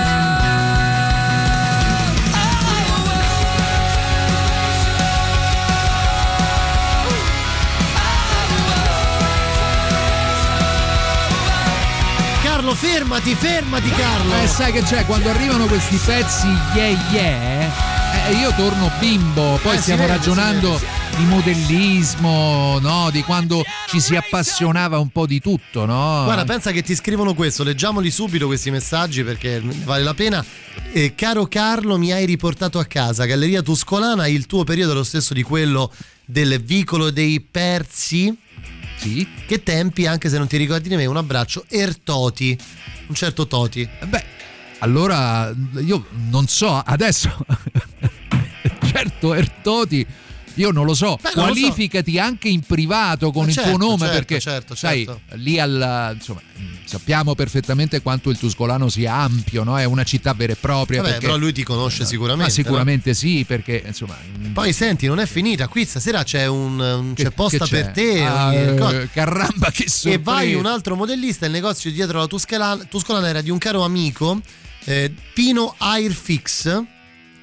Carlo, fermati, fermati Carlo. Eh, sai che c'è, quando arrivano questi pezzi yeah yeah, eh, io torno bimbo. Poi eh, stiamo vede, ragionando di modellismo, no? Di quando ci si appassionava un po' di tutto, no? Guarda, pensa che ti scrivono questo, leggiamoli subito questi messaggi perché vale la pena. Eh, caro Carlo, mi hai riportato a casa, Galleria Tuscolana, il tuo periodo è lo stesso di quello del Vicolo dei Persi. Sì. Che tempi, anche se non ti ricordi di me, un abbraccio. Ertoti, un certo Toti. Beh, allora io non so adesso. Certo, Ertoti, io non lo so. Beh, non qualificati lo so. Anche in privato con certo, il tuo nome, certo, perché certo, sai, certo. lì al, insomma, sappiamo perfettamente quanto il Tuscolano sia ampio, no? È una città vera e propria. Vabbè, perché, però lui ti conosce sicuramente. Ma sicuramente no? Sì, perché insomma. Poi senti, non è finita. Qui stasera c'è un, un che, c'è posta che c'è? per te. Ah, ogni... caramba, che sorpresa. E vai un altro modellista. Il negozio dietro la Tuscolana, Tuscolana era di un caro amico, eh, Pino Airfix.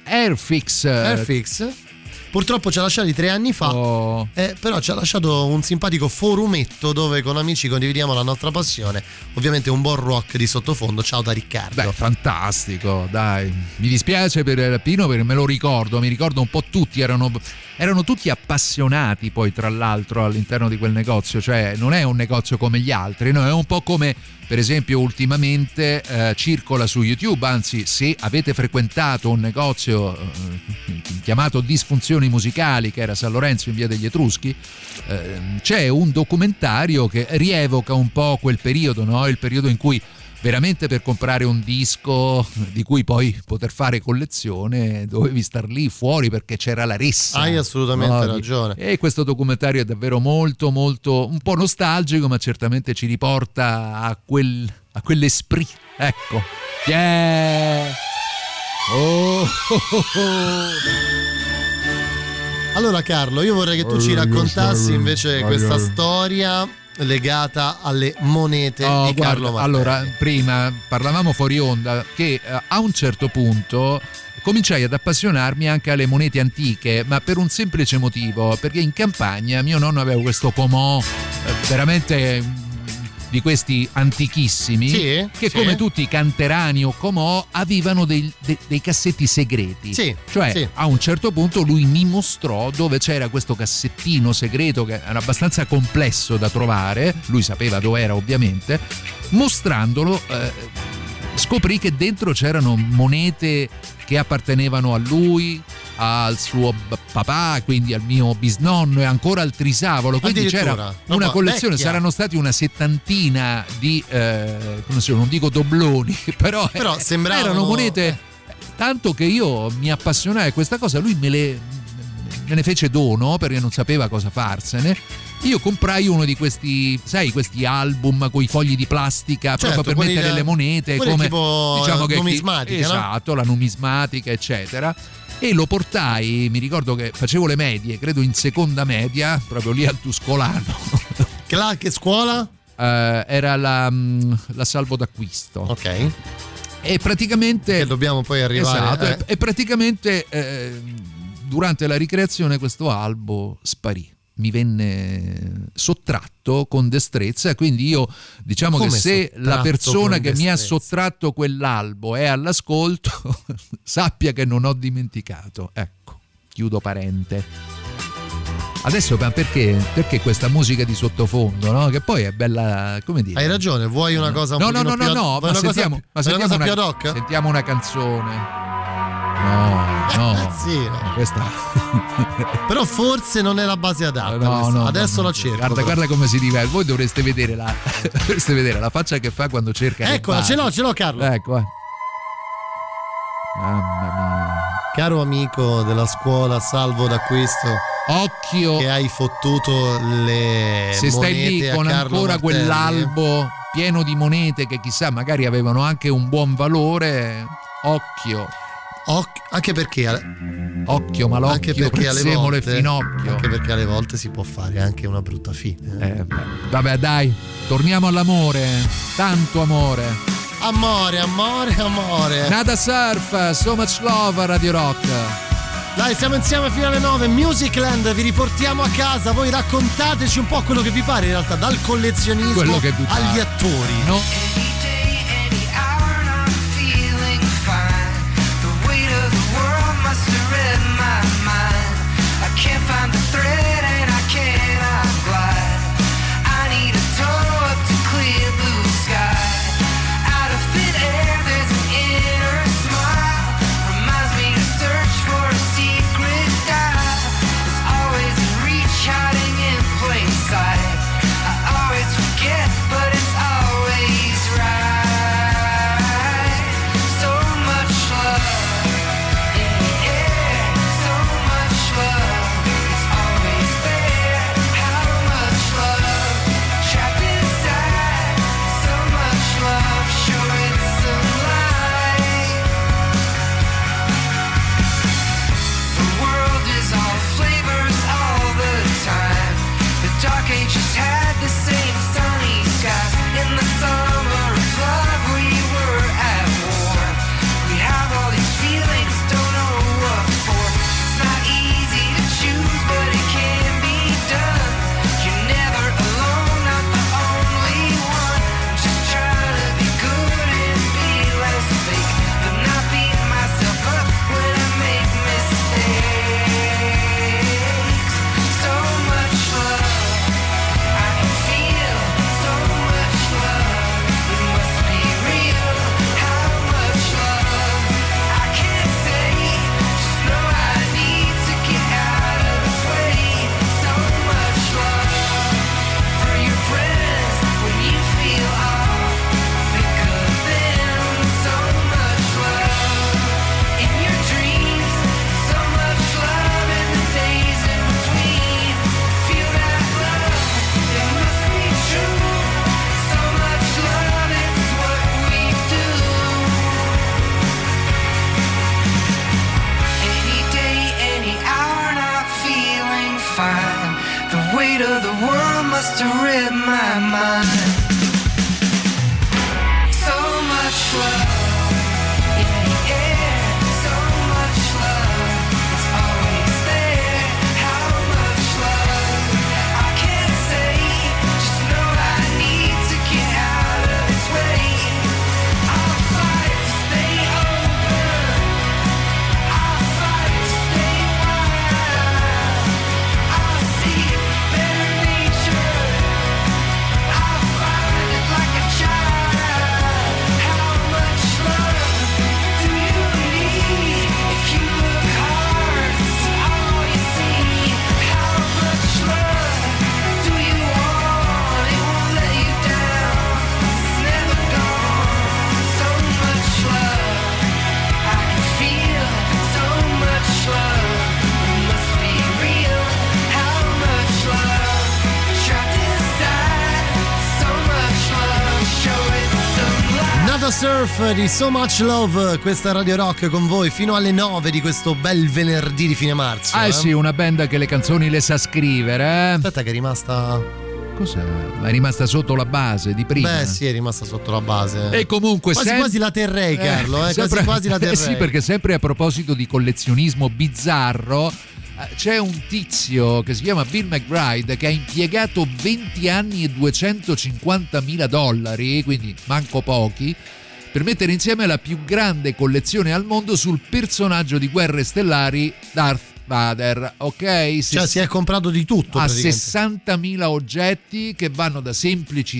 Airfix. Airfix. Purtroppo ci ha lasciati tre anni fa, oh. eh, però ci ha lasciato un simpatico forumetto dove con amici condividiamo la nostra passione, ovviamente un buon rock di sottofondo. Ciao da Riccardo. Beh, fantastico, dai. Mi dispiace per Pino perché me lo ricordo, mi ricordo un po' tutti, erano, erano tutti appassionati poi tra l'altro all'interno di quel negozio, cioè non è un negozio come gli altri, no? È un po' come per esempio ultimamente eh, circola su YouTube, anzi se avete frequentato un negozio eh, chiamato Disfunzioni Musicali che era a San Lorenzo in via degli Etruschi, eh, c'è un documentario che rievoca un po' quel periodo, no? Il periodo in cui veramente per comprare un disco di cui poi poter fare collezione dovevi star lì fuori perché c'era la ressa. Hai assolutamente no? ragione. E questo documentario è davvero molto molto un po' nostalgico, ma certamente ci riporta a quel a quell'esprit. Ecco. Yeah! Oh, oh, oh. Allora Carlo, io vorrei che tu ci raccontassi invece questa storia legata alle monete oh, di Carlo guarda, Martelli. Allora, prima parlavamo fuori onda che eh, a un certo punto cominciai ad appassionarmi anche alle monete antiche, ma per un semplice motivo, perché in campagna mio nonno aveva questo comò eh, veramente di questi antichissimi, sì, che sì. come tutti i canterani o comò avevano dei, dei, dei cassetti segreti, sì, cioè sì. a un certo punto lui mi mostrò dove c'era questo cassettino segreto che era abbastanza complesso da trovare, lui sapeva dove era ovviamente, mostrandolo eh, scoprì che dentro c'erano monete che appartenevano a lui, al suo papà, quindi al mio bisnonno e ancora al trisavolo, quindi c'era una collezione, vecchia. Saranno stati una settantina di eh, come si, non dico dobloni, però, però sembravano... erano monete, tanto che io mi appassionai a questa cosa, lui me le me ne fece dono perché non sapeva cosa farsene. Io comprai uno di questi, sai, questi album con i fogli di plastica, certo, proprio per mettere da, le monete, come tipo diciamo che numismatica, chi, esatto, no? La numismatica, eccetera. E lo portai, mi ricordo che facevo le medie, credo in seconda media, proprio lì al Tuscolano. Che, la, che scuola? Uh, era la, la Salvo d'Acquisto. Ok. E praticamente... Che dobbiamo poi arrivare... Esatto, eh. e, e praticamente eh, durante la ricreazione questo albo sparì. Mi venne sottratto con destrezza, quindi io diciamo Come che se la persona che destrezza? mi ha sottratto quell'albo è all'ascolto sappia che non ho dimenticato. Ecco, chiudo parente. Adesso perché, perché questa musica di sottofondo, no? Che poi è bella, come dire. Hai ragione, vuoi una cosa un no, po' no, no, più no, ad... no, ma una sentiamo, cosa, ma sentiamo una una, cosa più ad hoc? sentiamo una canzone. No, no, sì, no. Questa però forse non è la base adatta. No, no, adesso no, la no. cerco. Guarda, però. guarda come si diverte. Voi dovreste vedere la dovreste vedere la faccia che fa quando cerca. Eccola, ce l'ho, ce l'ho Carlo. Ecco. Eh. Mamma mia. Caro amico della scuola Salvo d'Acquisto, occhio che hai fottuto le se stai lì con ancora Martelli. Quell'albo pieno di monete che chissà magari avevano anche un buon valore, occhio. Occhio, anche perché occhio malocchio, anche perché alle volte, finocchio. Anche perché alle volte si può fare anche una brutta fine. Eh, vabbè, dai, torniamo all'amore, tanto amore. Amore, amore, amore. Nada Surf, So Much Love, Radio Rock. Dai, siamo insieme fino alle nove, Musicland, vi riportiamo a casa, voi raccontateci un po' quello che vi pare in realtà, dal collezionismo agli attori. No. But it's always right. the world must have read my mind. So much love, yeah, yeah, so much love, it's always there. How much love, I can't say, just know I need to get out of its way. I'll fight to stay open, I'll fight to stay wild, I'll see better nature, I'll find it like a child. How much love do you need? If you look hard, it's all you see. How much love do you want? It won't let you down, it's never gone. So much love, I can feel so much love. It must be real. How much love trapped inside? So much love, show it some light. Nada Surf di So Much Love, questa è Radio Rock con voi fino alle nove di questo bel venerdì di fine marzo. Ah eh? sì, una band che le canzoni le sa scrivere, eh? Aspetta che è rimasta... Cos'è? Ma è rimasta sotto la base di prima. Beh sì, è rimasta sotto la base. E comunque quasi sem- quasi la terrei, Carlo, eh, sempre- quasi quasi la terrei. Eh sì, perché sempre a proposito di collezionismo bizzarro, eh, c'è un tizio che si chiama Bill McBride che ha impiegato venti anni e duecentocinquantamila dollari, quindi manco pochi, per mettere insieme la più grande collezione al mondo sul personaggio di Guerre Stellari Darth Vader, ok? Cioè si è comprato di tutto a praticamente. sessantamila oggetti che vanno da semplici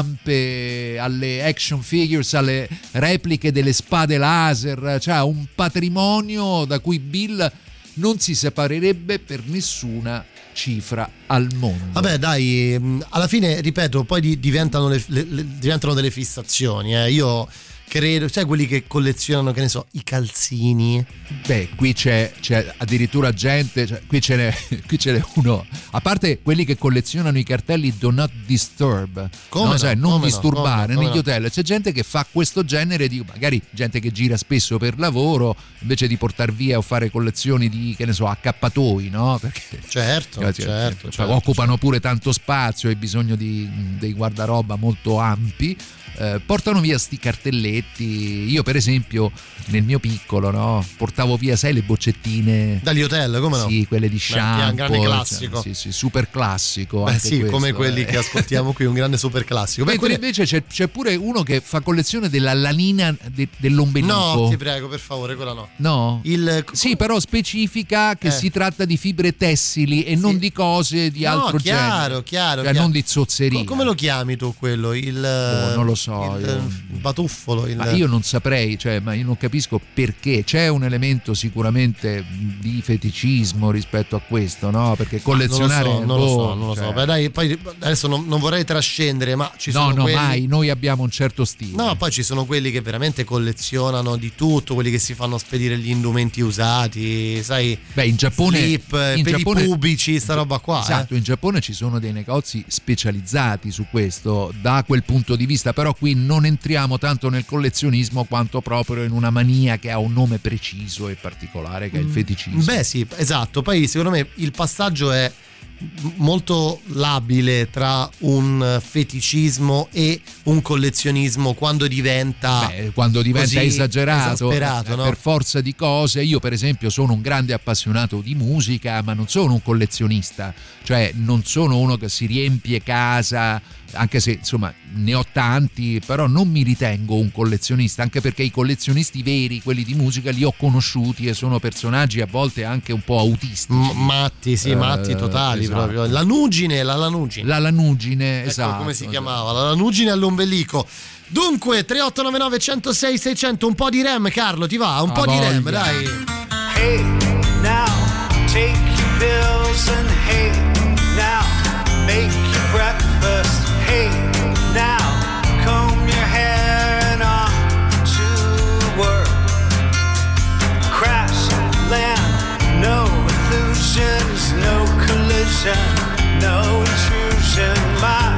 stampe alle action figures, alle repliche delle spade laser, cioè un patrimonio da cui Bill non si separerebbe per nessuna cifra al mondo. Vabbè dai, mh, alla fine ripeto, poi di- diventano, le, le- le- diventano delle fissazioni, eh. Io credo, sai quelli che collezionano, che ne so, i calzini. Beh, qui c'è, c'è addirittura gente, cioè, qui ce n'è, qui ce n'è uno, a parte quelli che collezionano i cartelli Do Not Disturb, Come no? no, Cioè, non come no, disturbare come no, come negli no. hotel. C'è gente che fa questo genere di, magari gente che gira spesso per lavoro, invece di portare via o fare collezioni di, che ne so, accappatoi, no? Perché Certo, cioè, certo, cioè, certo, occupano certo. pure tanto spazio e bisogno di dei guardaroba molto ampi. Eh, portano via sti cartelletti. Io per esempio nel mio piccolo, no, portavo via, sai, le boccettine Dagli hotel, come no? sì, quelle di shampoo, un grande classico. cioè, sì, sì, super classico. Beh anche sì, questo, come quelli eh. che ascoltiamo qui, un grande super classico. Beh, Mentre quelli- invece c'è, c'è pure uno che fa collezione della lanina de- dell'ombelico. No, ti prego, per favore, quella no. No? Il... Sì, però specifica che Eh. si tratta di fibre tessili e non di cose di No, altro chiaro, genere. chiaro, Cioè chiaro. non di zozzeria. Co- Come lo chiami tu quello? Il Oh, non lo so, il, io- il batuffolo, il... Ma io non saprei, cioè, ma io non capisco perché. C'è un elemento sicuramente di feticismo rispetto a questo, no? Perché collezionare non lo so, non lo so, boh, non lo so. cioè- Beh, dai, poi adesso non, non vorrei trascendere, ma ci No, sono no, quelli... mai, noi abbiamo un certo stile. No, poi ci sono quelli che veramente collezionano di tutto, quelli che si fanno spedire gli indumenti usati, sai, Beh, in Giappone, slip, in peli Giappone- pubici, sta roba qua. Esatto, eh. in Giappone ci sono dei negozi specializzati su questo da quel punto di vista, però qui non entriamo tanto nel collezionismo quanto proprio in una mania che ha un nome preciso e particolare, che è il feticismo. Beh sì, esatto, poi secondo me il passaggio è molto labile tra un feticismo e un collezionismo quando diventa Beh, quando diventa così esagerato, esasperato, eh, no? per forza di cose. Io per esempio sono un grande appassionato di musica, ma non sono un collezionista, cioè non sono uno che si riempie casa, anche se insomma ne ho tanti, però non mi ritengo un collezionista, anche perché i collezionisti veri, quelli di musica, li ho conosciuti e sono personaggi a volte anche un po' autistici. M- matti, sì, Eh, matti totali esatto. proprio. Lanugine, la lanugine. La lanugine, Ecco esatto. come si esatto. chiamava, la lanugine all'ombelico. Dunque, tre otto nove nove uno zero sei sei zero zero, un po' di rem, Carlo, ti va? Un Ah, po' di rem, voglia. dai. Hey, now take your pills and hey, now make your breakfast. Hey, now comb your hair and on to work. Crash, land, no illusions, no collision, no intrusion. My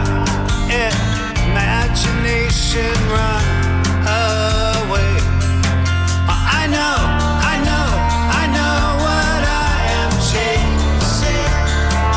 imagination run away. I know, I know, I know what I am chasing.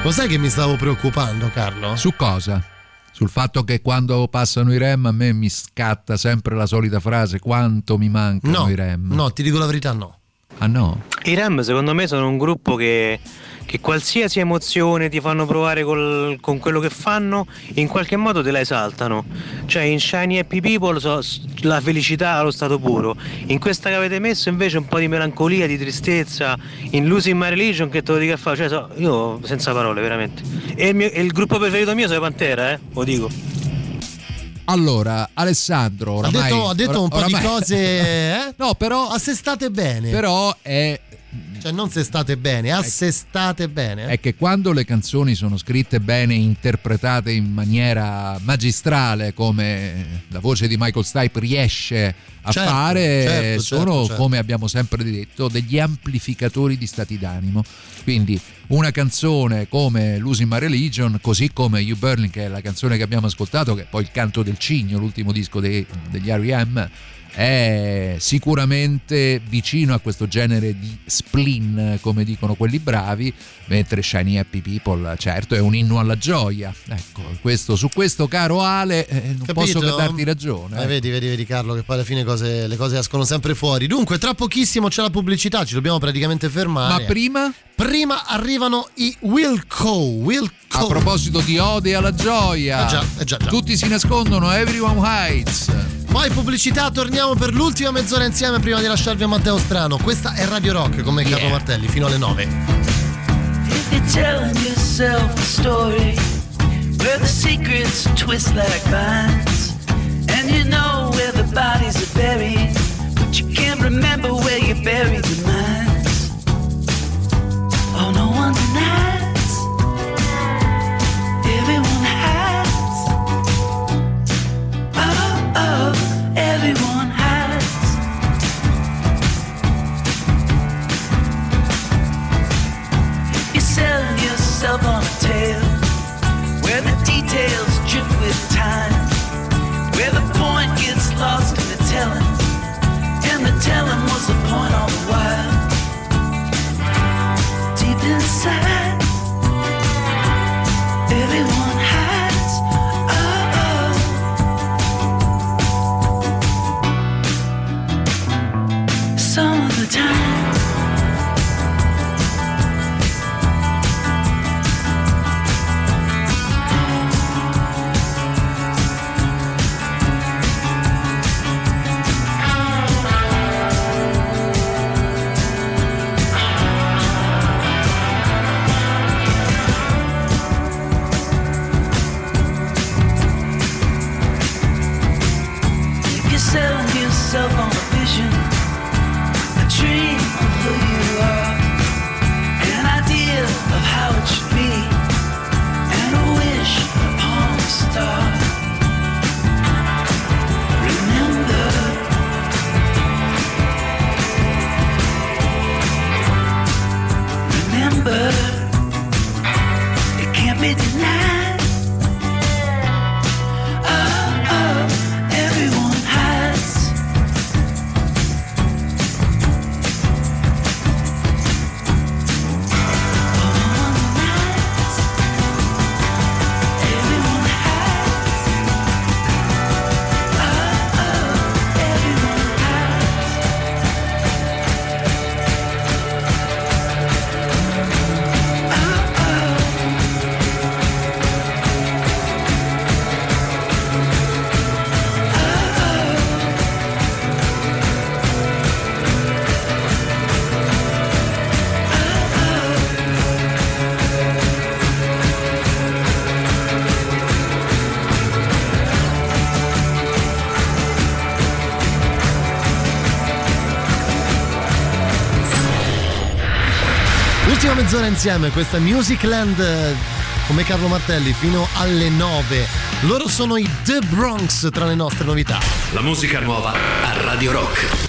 Lo sai che mi stavo preoccupando, Carlo? Su cosa? Sul fatto che quando passano i Rem a me mi scatta sempre la solita frase: quanto mi mancano no, i Rem. No, ti dico la verità, no. Ah no? I Rem secondo me sono un gruppo che, che qualsiasi emozione ti fanno provare col, con quello che fanno, in qualche modo te la esaltano. Cioè in Shiny Happy People so, la felicità allo stato puro. In questa che avete messo invece un po' di melancolia, di tristezza. In Losing My Religion che te lo dico a fare, cioè so, io senza parole veramente. E il, mio, e il gruppo preferito mio sono i Pantera, eh, lo dico. Allora, Alessandro oramai, ha detto, ha detto un po' oramai, di cose, eh? No, però a se state bene. Però è cioè non se state bene, a se state bene. È che quando le canzoni sono scritte bene, interpretate in maniera magistrale, come la voce di Michael Stipe riesce a certo, fare, certo, sono, certo, certo. come abbiamo sempre detto, degli amplificatori di stati d'animo. Quindi una canzone come Losing My Religion, così come You Burning, che è la canzone che abbiamo ascoltato, che è poi il Canto del Cigno, l'ultimo disco dei, degli R E M, è sicuramente vicino a questo genere di spleen, come dicono quelli bravi, mentre Shiny Happy People certo è un inno alla gioia. Ecco, questo, su questo, caro Ale, eh, non Capito? posso che darti ragione. Eh, vedi, vedi, vedi Carlo, che poi alla fine cose, le cose escono sempre fuori. Dunque, tra pochissimo c'è la pubblicità, ci dobbiamo praticamente fermare. Ma prima? Prima arrivano i Wilco. Wilco. A proposito di ode alla gioia, eh già, eh già, già. tutti si nascondono, everyone hides. Poi pubblicità, torniamo per l'ultima mezz'ora insieme prima di lasciarvi a Matteo Strano. Questa è Radio Rock con me, yeah. Carlo Martelli, fino alle nove. If you're telling yourself a story where the secrets twist like vines, and you know where the bodies are buried, but you can't remember where you buried the minds. Oh, no one denies, everyone hides. Oh, oh, everyone hides. You're selling yourself on a tale where the details drift with time, where the point gets lost in the telling, and the telling was the point all the while. Deep inside, everyone hides. Oh, oh. Some of the time. Selling yourself on a vision, a dream of who you are, an idea of how it should be, and a wish upon a star. Remember, remember, it can't be denied. Oh, oh, everyone hides. Ultima mezz'ora insieme, questa è Musicland come Carlo Martelli fino alle nove. Loro sono i The Bronx tra le nostre novità. La musica nuova a Radio Rock.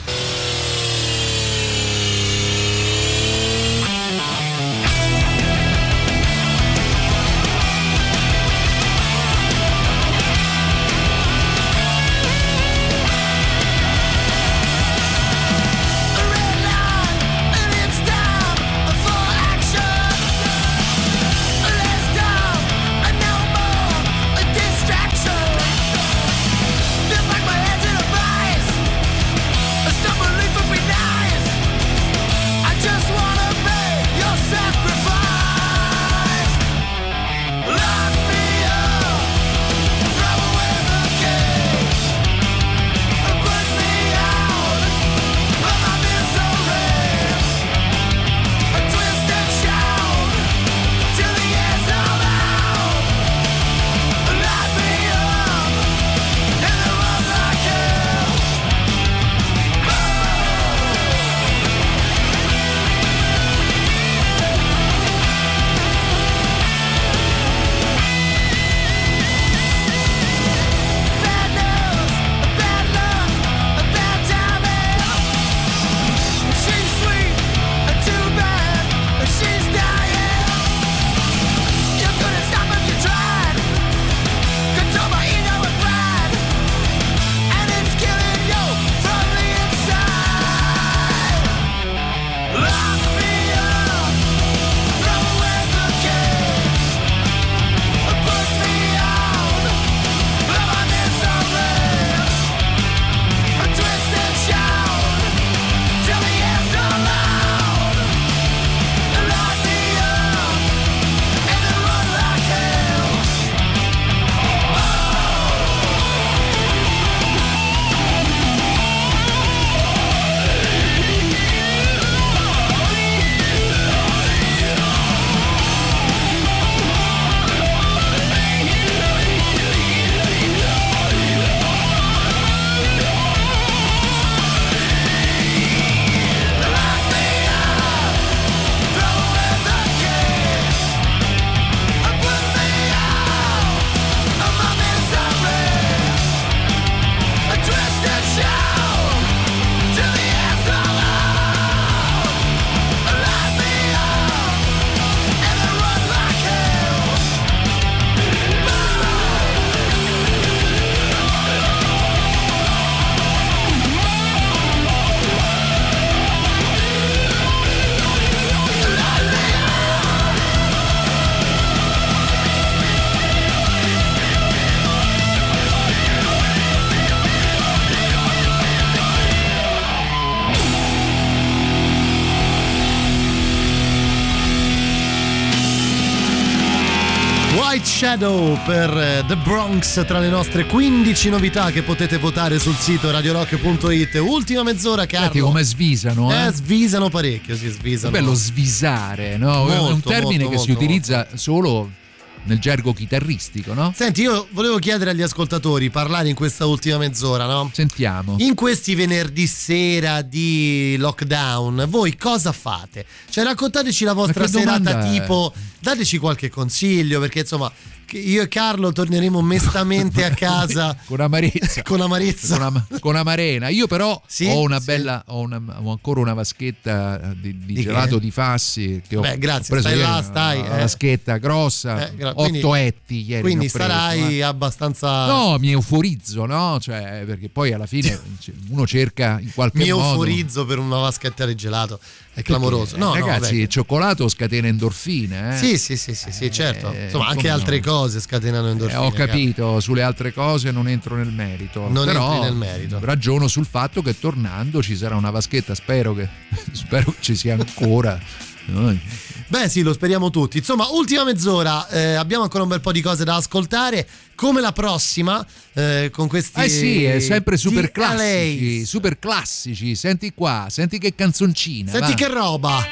Let White Shadow per The Bronx, tra le nostre quindici novità che potete votare sul sito radio rock punto it. Ultima mezz'ora, Carlo. Senti come svisano, eh? Eh, svisano parecchio, si svisano. È bello svisare, no? Molto, è un termine molto, che molto, si utilizza molto. solo nel gergo chitarristico, no? Senti, io volevo chiedere agli ascoltatori, parlare in questa ultima mezz'ora, no? Sentiamo. In questi venerdì sera di lockdown, voi cosa fate? Cioè, raccontateci la vostra serata tipo, dateci qualche consiglio, perché insomma io e Carlo torneremo mestamente a casa con amarezza, con amarezza, con, am- con amarena. Io però sì, ho una sì. bella, ho, una, ho ancora una vaschetta di, di, di gelato che? di Fassi che ho Beh, grazie, preso stai ieri, là, stai. Una eh. vaschetta grossa, eh, gra- otto quindi, etti ieri. Quindi ne ho preso, starai eh. abbastanza. No, mi euforizzo, no? Cioè, perché poi alla fine uno cerca in qualche mi modo. Mi euforizzo per una vaschetta di gelato. È clamoroso. No, ragazzi, no, il cioccolato scatena endorfine, eh? Sì, sì, sì, sì, sì, certo. Eh, Insomma, anche no? altre cose scatenano endorfine. Eh, ho capito, cara. Sulle altre cose non entro nel merito. Non però entri nel merito. Ragiono sul fatto che tornando ci sarà una vaschetta, spero che spero che ci sia ancora. Beh sì, lo speriamo tutti. Insomma, ultima mezz'ora, eh, abbiamo ancora un bel po' di cose da ascoltare, come la prossima, eh, con questi Eh sì, è sempre super The classici, L A. super classici. Senti qua, senti che canzoncina. Senti va. che roba.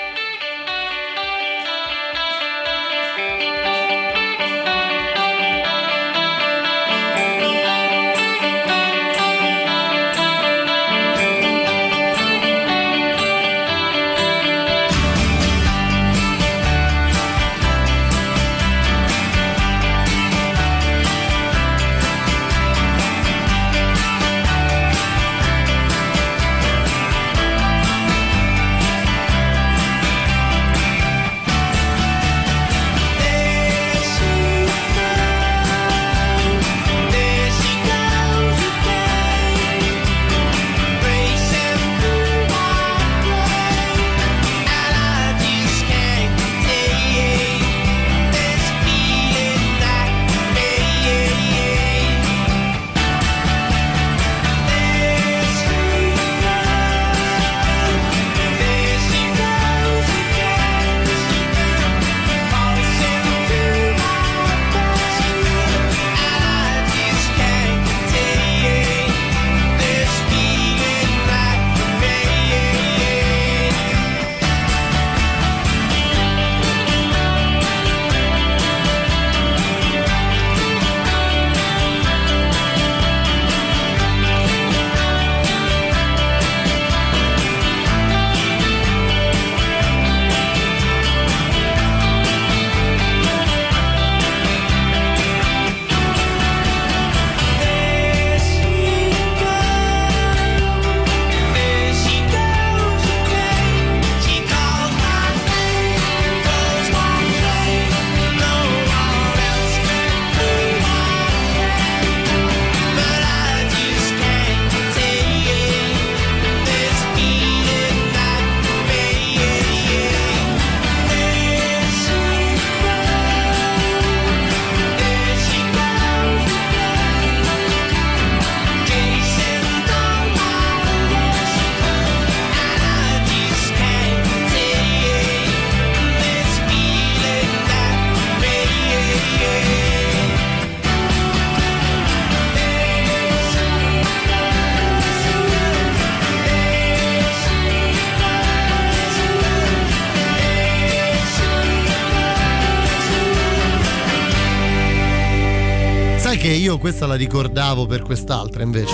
Che io questa la ricordavo per quest'altra invece.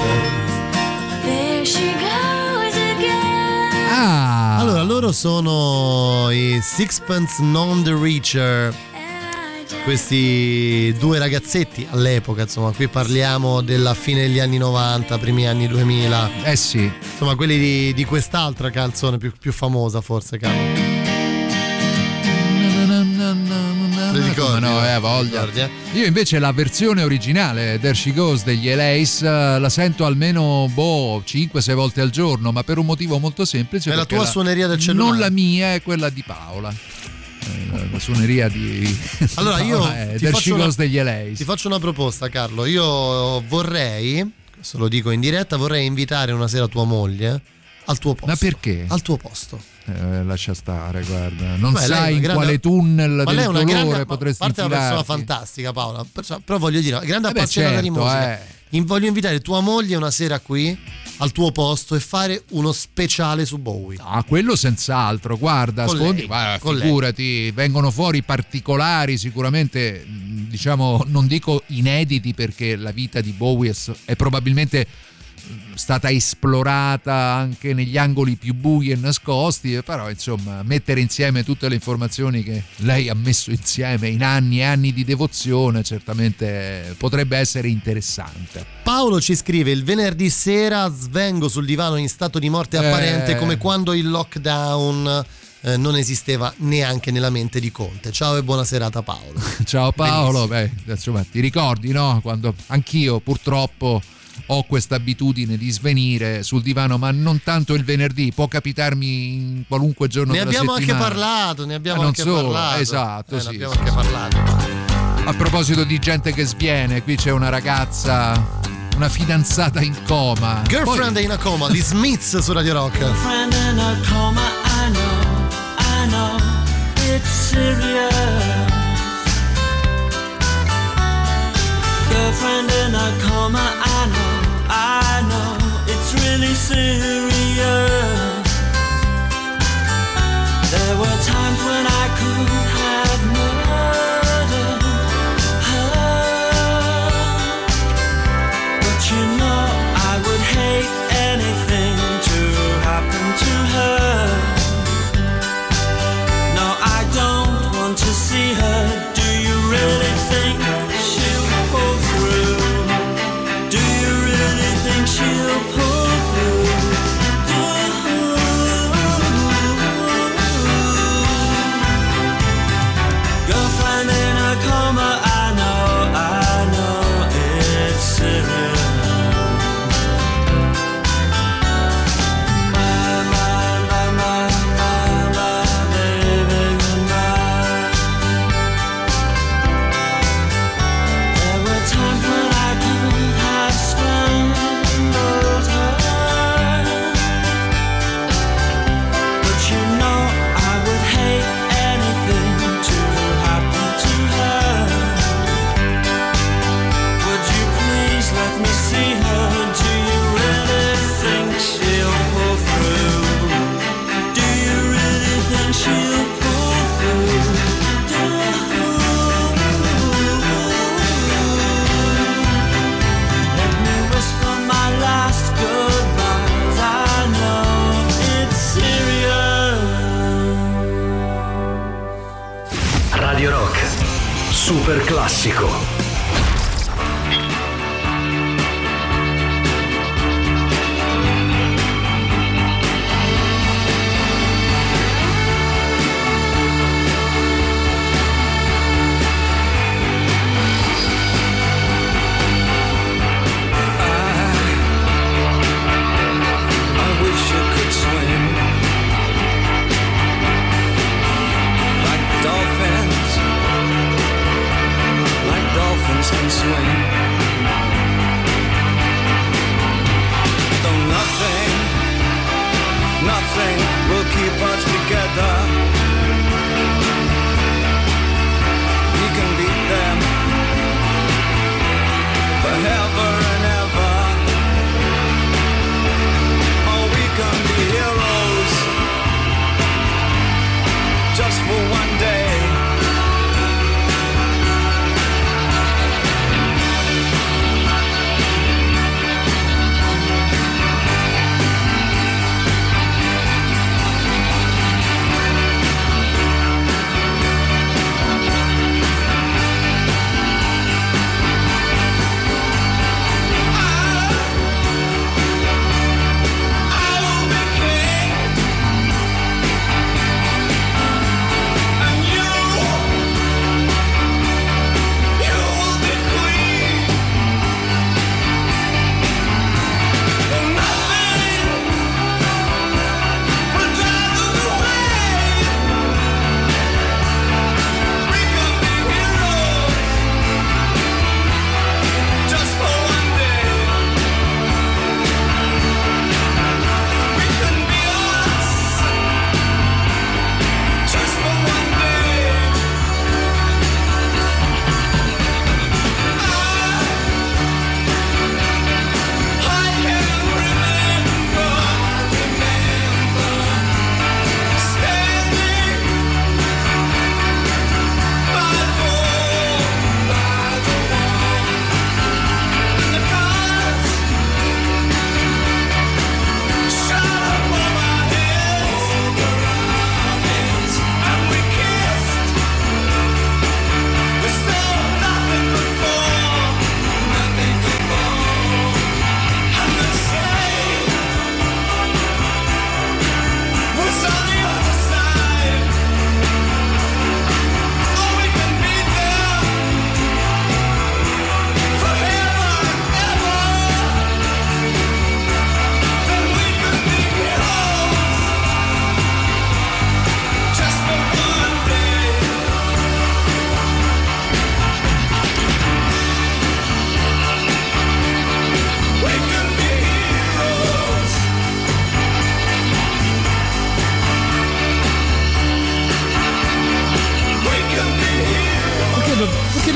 Ah. Allora, loro sono i Sixpence None the Richer, questi due ragazzetti all'epoca, insomma, qui parliamo della fine degli anni novanta, primi anni duemila. Eh sì. Insomma, quelli di, di quest'altra canzone più, più famosa forse, Carlo. Ricordi, no, eh, voglia. Ricordi, eh? Io invece la versione originale There She Goes degli L A la sento almeno boh cinque sei volte al giorno, ma per un motivo molto semplice. È la tua la, suoneria del cellulare? Non la mia, è quella di Paola. La, la suoneria di allora io no, eh, ti, There faccio She una, Goes degli L A. ti faccio una proposta, Carlo. Io vorrei, questo lo dico in diretta, vorrei invitare una sera tua moglie al tuo posto. Ma perché? Al tuo posto. Eh, lascia stare, guarda, non Beh, sai in grande, quale tunnel ma del lei è una dolore grande, potresti a parte infilarti. una persona fantastica, Paola, però, però voglio dire, grande eh beh, appassionata certo, di musica. Eh. In, voglio invitare tua moglie una sera qui al tuo posto e fare uno speciale su Bowie. Ah, quello senz'altro, guarda, Con sfondi, lei, guarda, con figurati, lei. Vengono fuori particolari sicuramente, diciamo, non dico inediti, perché la vita di Bowie è, è probabilmente stata esplorata anche negli angoli più bui e nascosti, però insomma mettere insieme tutte le informazioni che lei ha messo insieme in anni e anni di devozione certamente potrebbe essere interessante. Paolo ci scrive: il venerdì sera svengo sul divano in stato di morte apparente, eh. come quando il lockdown eh, non esisteva neanche nella mente di Conte. Ciao e buona serata, Paolo. Ciao Paolo. Beh, insomma, ti ricordi, no? Quando anch'io purtroppo ho questa abitudine di svenire sul divano, ma non tanto il venerdì, può capitarmi in qualunque giorno ne della abbiamo settimana. anche parlato, ne abbiamo non anche solo, parlato. esatto, eh, sì, ne abbiamo sì, anche sì. parlato. A proposito di gente che sviene, qui c'è una ragazza, una fidanzata in coma. Girlfriend Poi... in a coma, gli Smiths su Radio Rock. Girlfriend in a coma, I know, I know, it's serious. Girlfriend in a coma, I know, I know, it's really serious. There were times when I could have murdered her, but you know I would hate anything to happen to her. No, I don't want to see her. Do you really think she'll pull through? Do you really think she'll pull through? Girlfriend in a coma, I know, I know it's serious. My, my, my, my, my, my baby goodbye. There were times when I could have strangled her, but you know I would hate anything to happen to her. Would you please let me see her? Do you really think she'll pull through? Do you really think she'll pull through? Let me whisper my last goodbyes. I know it's serious. Radio Rock, super classico. I wish I could swim like dolphins, like dolphins can swim. Though nothing, nothing will keep us together. We can beat them forever and ever. Oh, we can be heroes just for one day.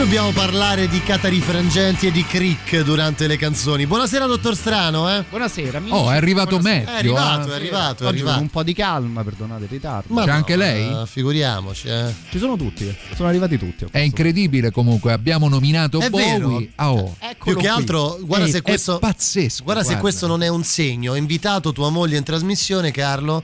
dobbiamo parlare di Catari Frangenti e di Crick durante le canzoni. Buonasera dottor Strano, eh? Buonasera amici. Oh, è arrivato Matthew. È arrivato, eh? è arrivato, è Oggi arrivato. con un po' di calma, perdonate il ritardo. Ma C'è no, anche lei? ma figuriamoci, eh. Ci sono tutti, sono arrivati tutti. È incredibile comunque, abbiamo nominato È Bowie. vero. Ah, oh. Più che qui. altro, guarda È- se è questo pazzesco. Guarda, se guarda. questo non è un segno. Ho invitato tua moglie in trasmissione, Carlo,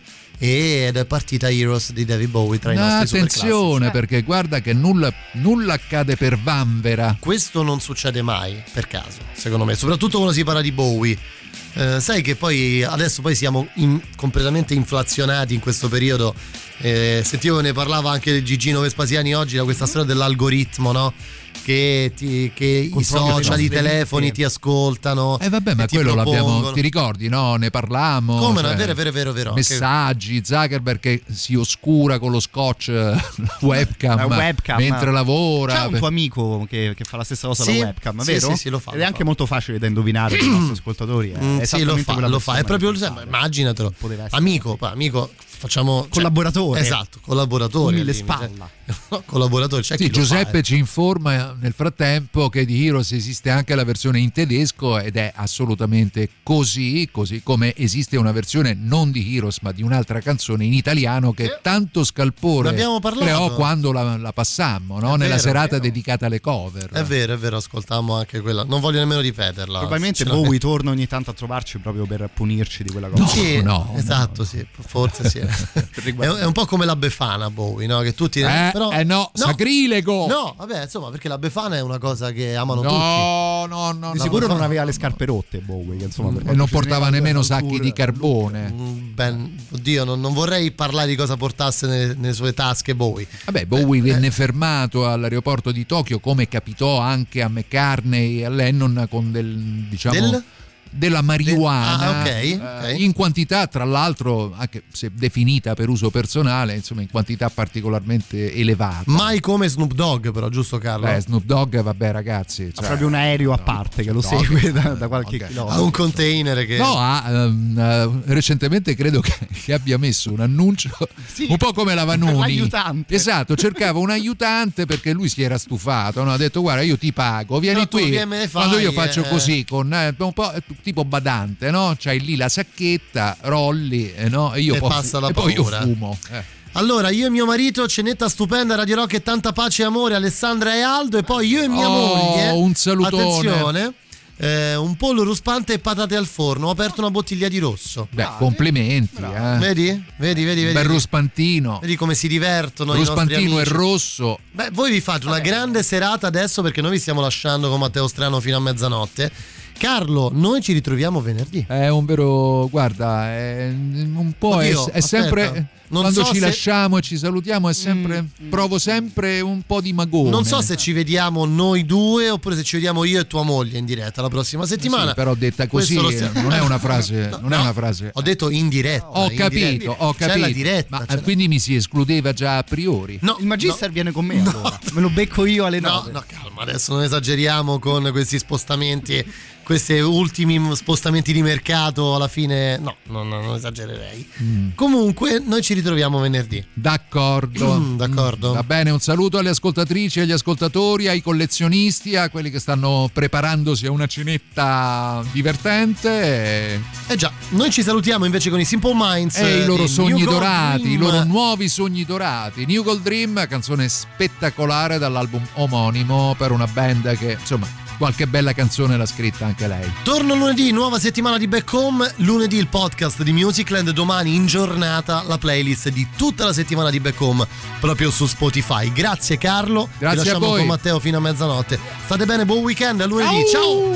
ed è partita Heroes di David Bowie tra i No, nostri attenzione, superclassici. perché guarda che nulla, nulla accade per vanvera. Questo non succede mai per caso, secondo me, soprattutto quando si parla di Bowie. Eh, sai che poi adesso poi siamo in- completamente inflazionati in questo periodo. Eh, sentivo che ne parlava anche Gigino Vespasiani oggi, da questa storia dell'algoritmo, no? Che, ti, che i Controlla social, le i nostre telefoni vite. ti ascoltano. Eh vabbè, ma e ti quello l'abbiamo, propongono. ti ricordi, no? Ne parlammo. Come no, cioè, è vero, è vero, è vero, è vero. Messaggi, Zuckerberg che si oscura con lo scotch eh, la webcam, La webcam. mentre lavora. C'è un tuo amico che, che fa la stessa cosa Sì, alla webcam, sì, vero? sì, sì, lo fa, Ed lo è fa. anche molto facile da indovinare per i nostri ascoltatori. È Mm, sì, lo esattamente fa, quella lo fa, è persona proprio che il immaginatelo. poteva essere. Amico, poi, amico, facciamo cioè, Collaboratore. esatto, collaboratore. Umile al limite. spalla. No, collaboratore, c'è Sì, chi lo fa, Giuseppe eh. ci informa nel frattempo che di Heroes esiste anche la versione in tedesco ed è assolutamente così, così come esiste una versione non di Heroes ma di un'altra canzone in italiano che tanto Ne scalpore abbiamo parlato. creò quando la, la passammo, no? È nella vero, serata è vero. dedicata alle cover. È vero, è vero, ascoltammo anche quella. Non voglio nemmeno ripeterla. Probabilmente Ce l'ho- Bowie torna ogni tanto a trovarci proprio per punirci di quella cosa. Sì, no, esatto, sì, forse sì. è, è un po' come la Befana Bowie, no? Che tutti Eh, però, eh no, sacrilego! No, vabbè, insomma, perché la Befana è una cosa che amano tutti. No, no, no, Di no, sicuro no. non aveva le scarpe rotte Bowie, che insomma, per E quanto non ci portava teneva nemmeno al sacchi tour, di carbone. Mm, Ben, oddio, non, non vorrei parlare di cosa portasse nelle, nelle sue tasche Bowie. Vabbè, Bowie venne fermato all'aeroporto di Tokyo, come capitò anche a McCartney e a Lennon, con del, diciamo, Del? della marijuana Ah, ok, eh, ok. in quantità, tra l'altro, anche se definita per uso personale, insomma, in quantità particolarmente elevata. Mai come Snoop Dogg, però, giusto Carlo? Beh, Snoop Dogg, vabbè, ragazzi, Ha cioè, proprio un aereo a parte che lo Dogg, segue da, da qualche ok. chilometro. Ha un container che No, ha, ehm, eh, recentemente credo che, che abbia messo un annuncio Sì, un po' come la per Vanoni. l'aiutante. Esatto, cercava un aiutante perché lui si era stufato, no? Ha detto guarda io ti pago, vieni No, tu qui che me ne fai, quando io faccio eh. così con eh, un po' tipo badante, no? C'hai lì la sacchetta, rolli eh, no? e io E poi, passa la e poi io paura. fumo. Eh. Allora, io e mio marito, cenetta stupenda, Radio Rock e tanta pace e amore, Alessandra e Aldo, e poi io e mia Oh, moglie. un salutone. Attenzione. eh, un pollo ruspante e patate al forno. Ho aperto una bottiglia di rosso. Beh, complimenti, eh. Vedi? Vedi, vedi, vedi. Bel ruspantino. Vedi come si divertono i nostri Ruspantino e amici. rosso. Beh, voi vi fate una grande serata adesso perché noi vi stiamo lasciando con Matteo Strano fino a mezzanotte. Carlo, noi ci ritroviamo venerdì. È un vero, guarda, è un po' è- Oddio, è, sempre aspetta. Non quando so ci se- lasciamo e ci salutiamo è sempre provo sempre un po' di magone. Non so se ci vediamo noi due oppure se ci vediamo io e tua moglie in diretta la prossima settimana. Sì, però detta così Questo lo stiamo- non è una frase, No, non è no, una frase. Ho detto in diretta. Ho in capito, diretta. ho C'è capito. la diretta. Ma c'è la- quindi mi si escludeva già a priori. No, Il Magister viene con me allora. Me lo becco io alle no, nove. no, calma, adesso non esageriamo con questi spostamenti, questi ultimi spostamenti di mercato alla fine. No, no, no, non esagererei. Mm. Comunque, noi ci ritroviamo venerdì. D'accordo. Mm, d'accordo. Va bene, un saluto alle ascoltatrici, agli ascoltatori, ai collezionisti, a quelli che stanno preparandosi a una cenetta divertente. Eh già, noi ci salutiamo invece con i Simple Minds E i loro di sogni New Gold dorati, Dream. i loro nuovi sogni dorati. New Gold Dream, canzone spettacolare dall'album omonimo per una band che, insomma, qualche bella canzone l'ha scritta anche lei. Torno lunedì, nuova settimana di Back Home. Lunedì il podcast di Musicland. Domani in giornata la playlist di tutta la settimana di Back Home proprio su Spotify. Grazie Carlo. Grazie Ti lasciamo a voi. con Matteo fino a mezzanotte. State bene, buon weekend, a lunedì. Ciao.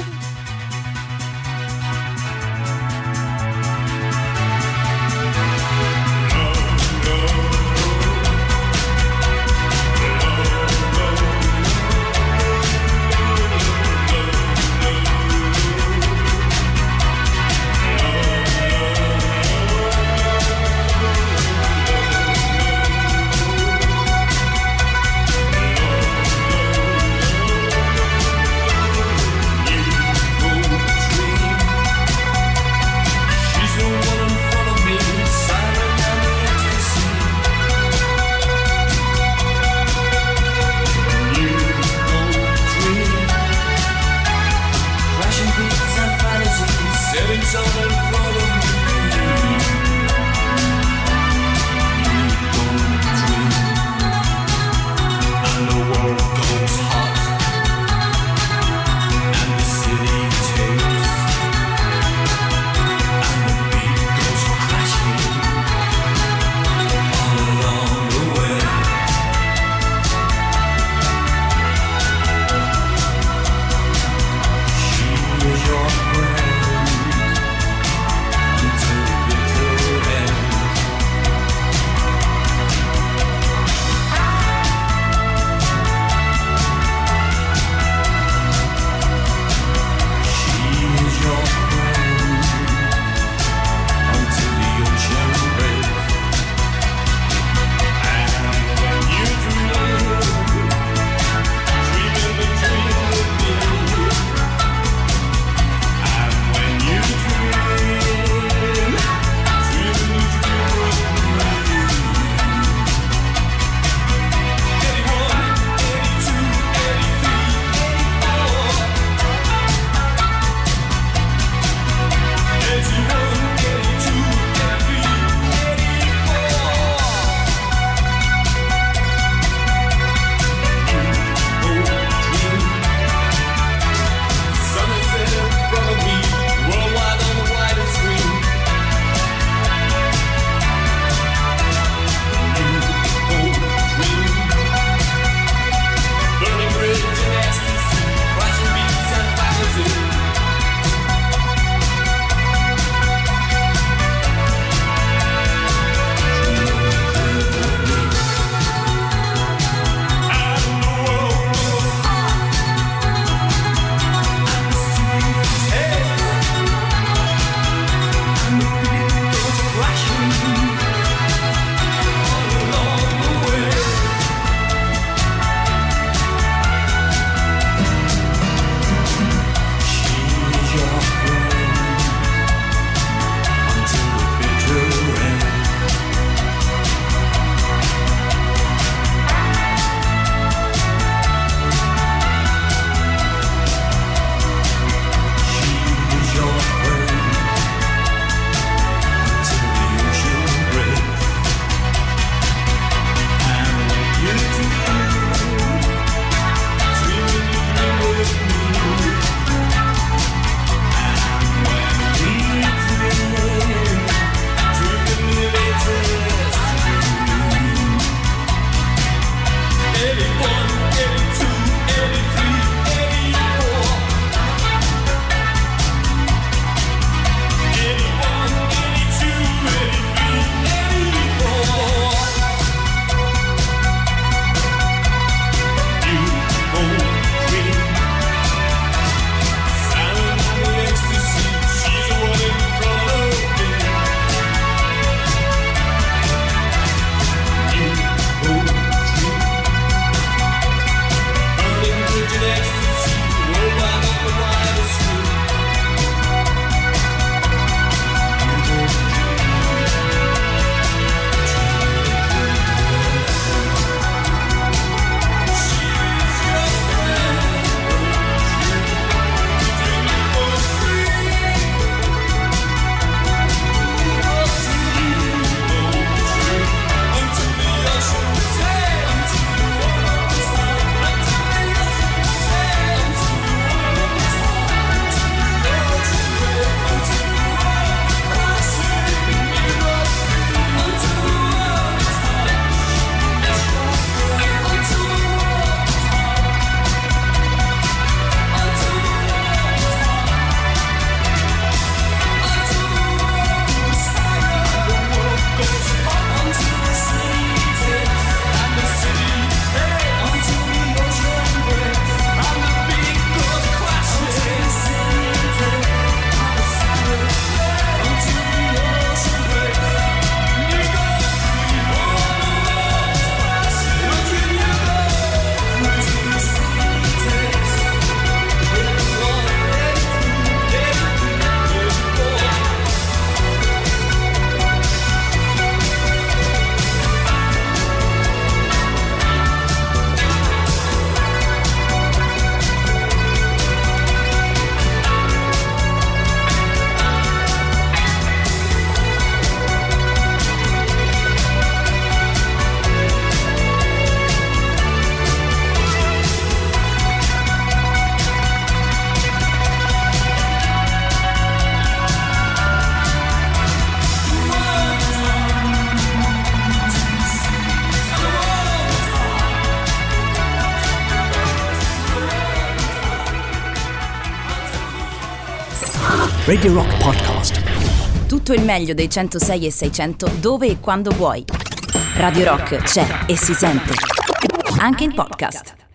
Radio Rock Podcast. Tutto il meglio dei centosei e seicento dove e quando vuoi. Radio Rock c'è e si sente. Anche in podcast.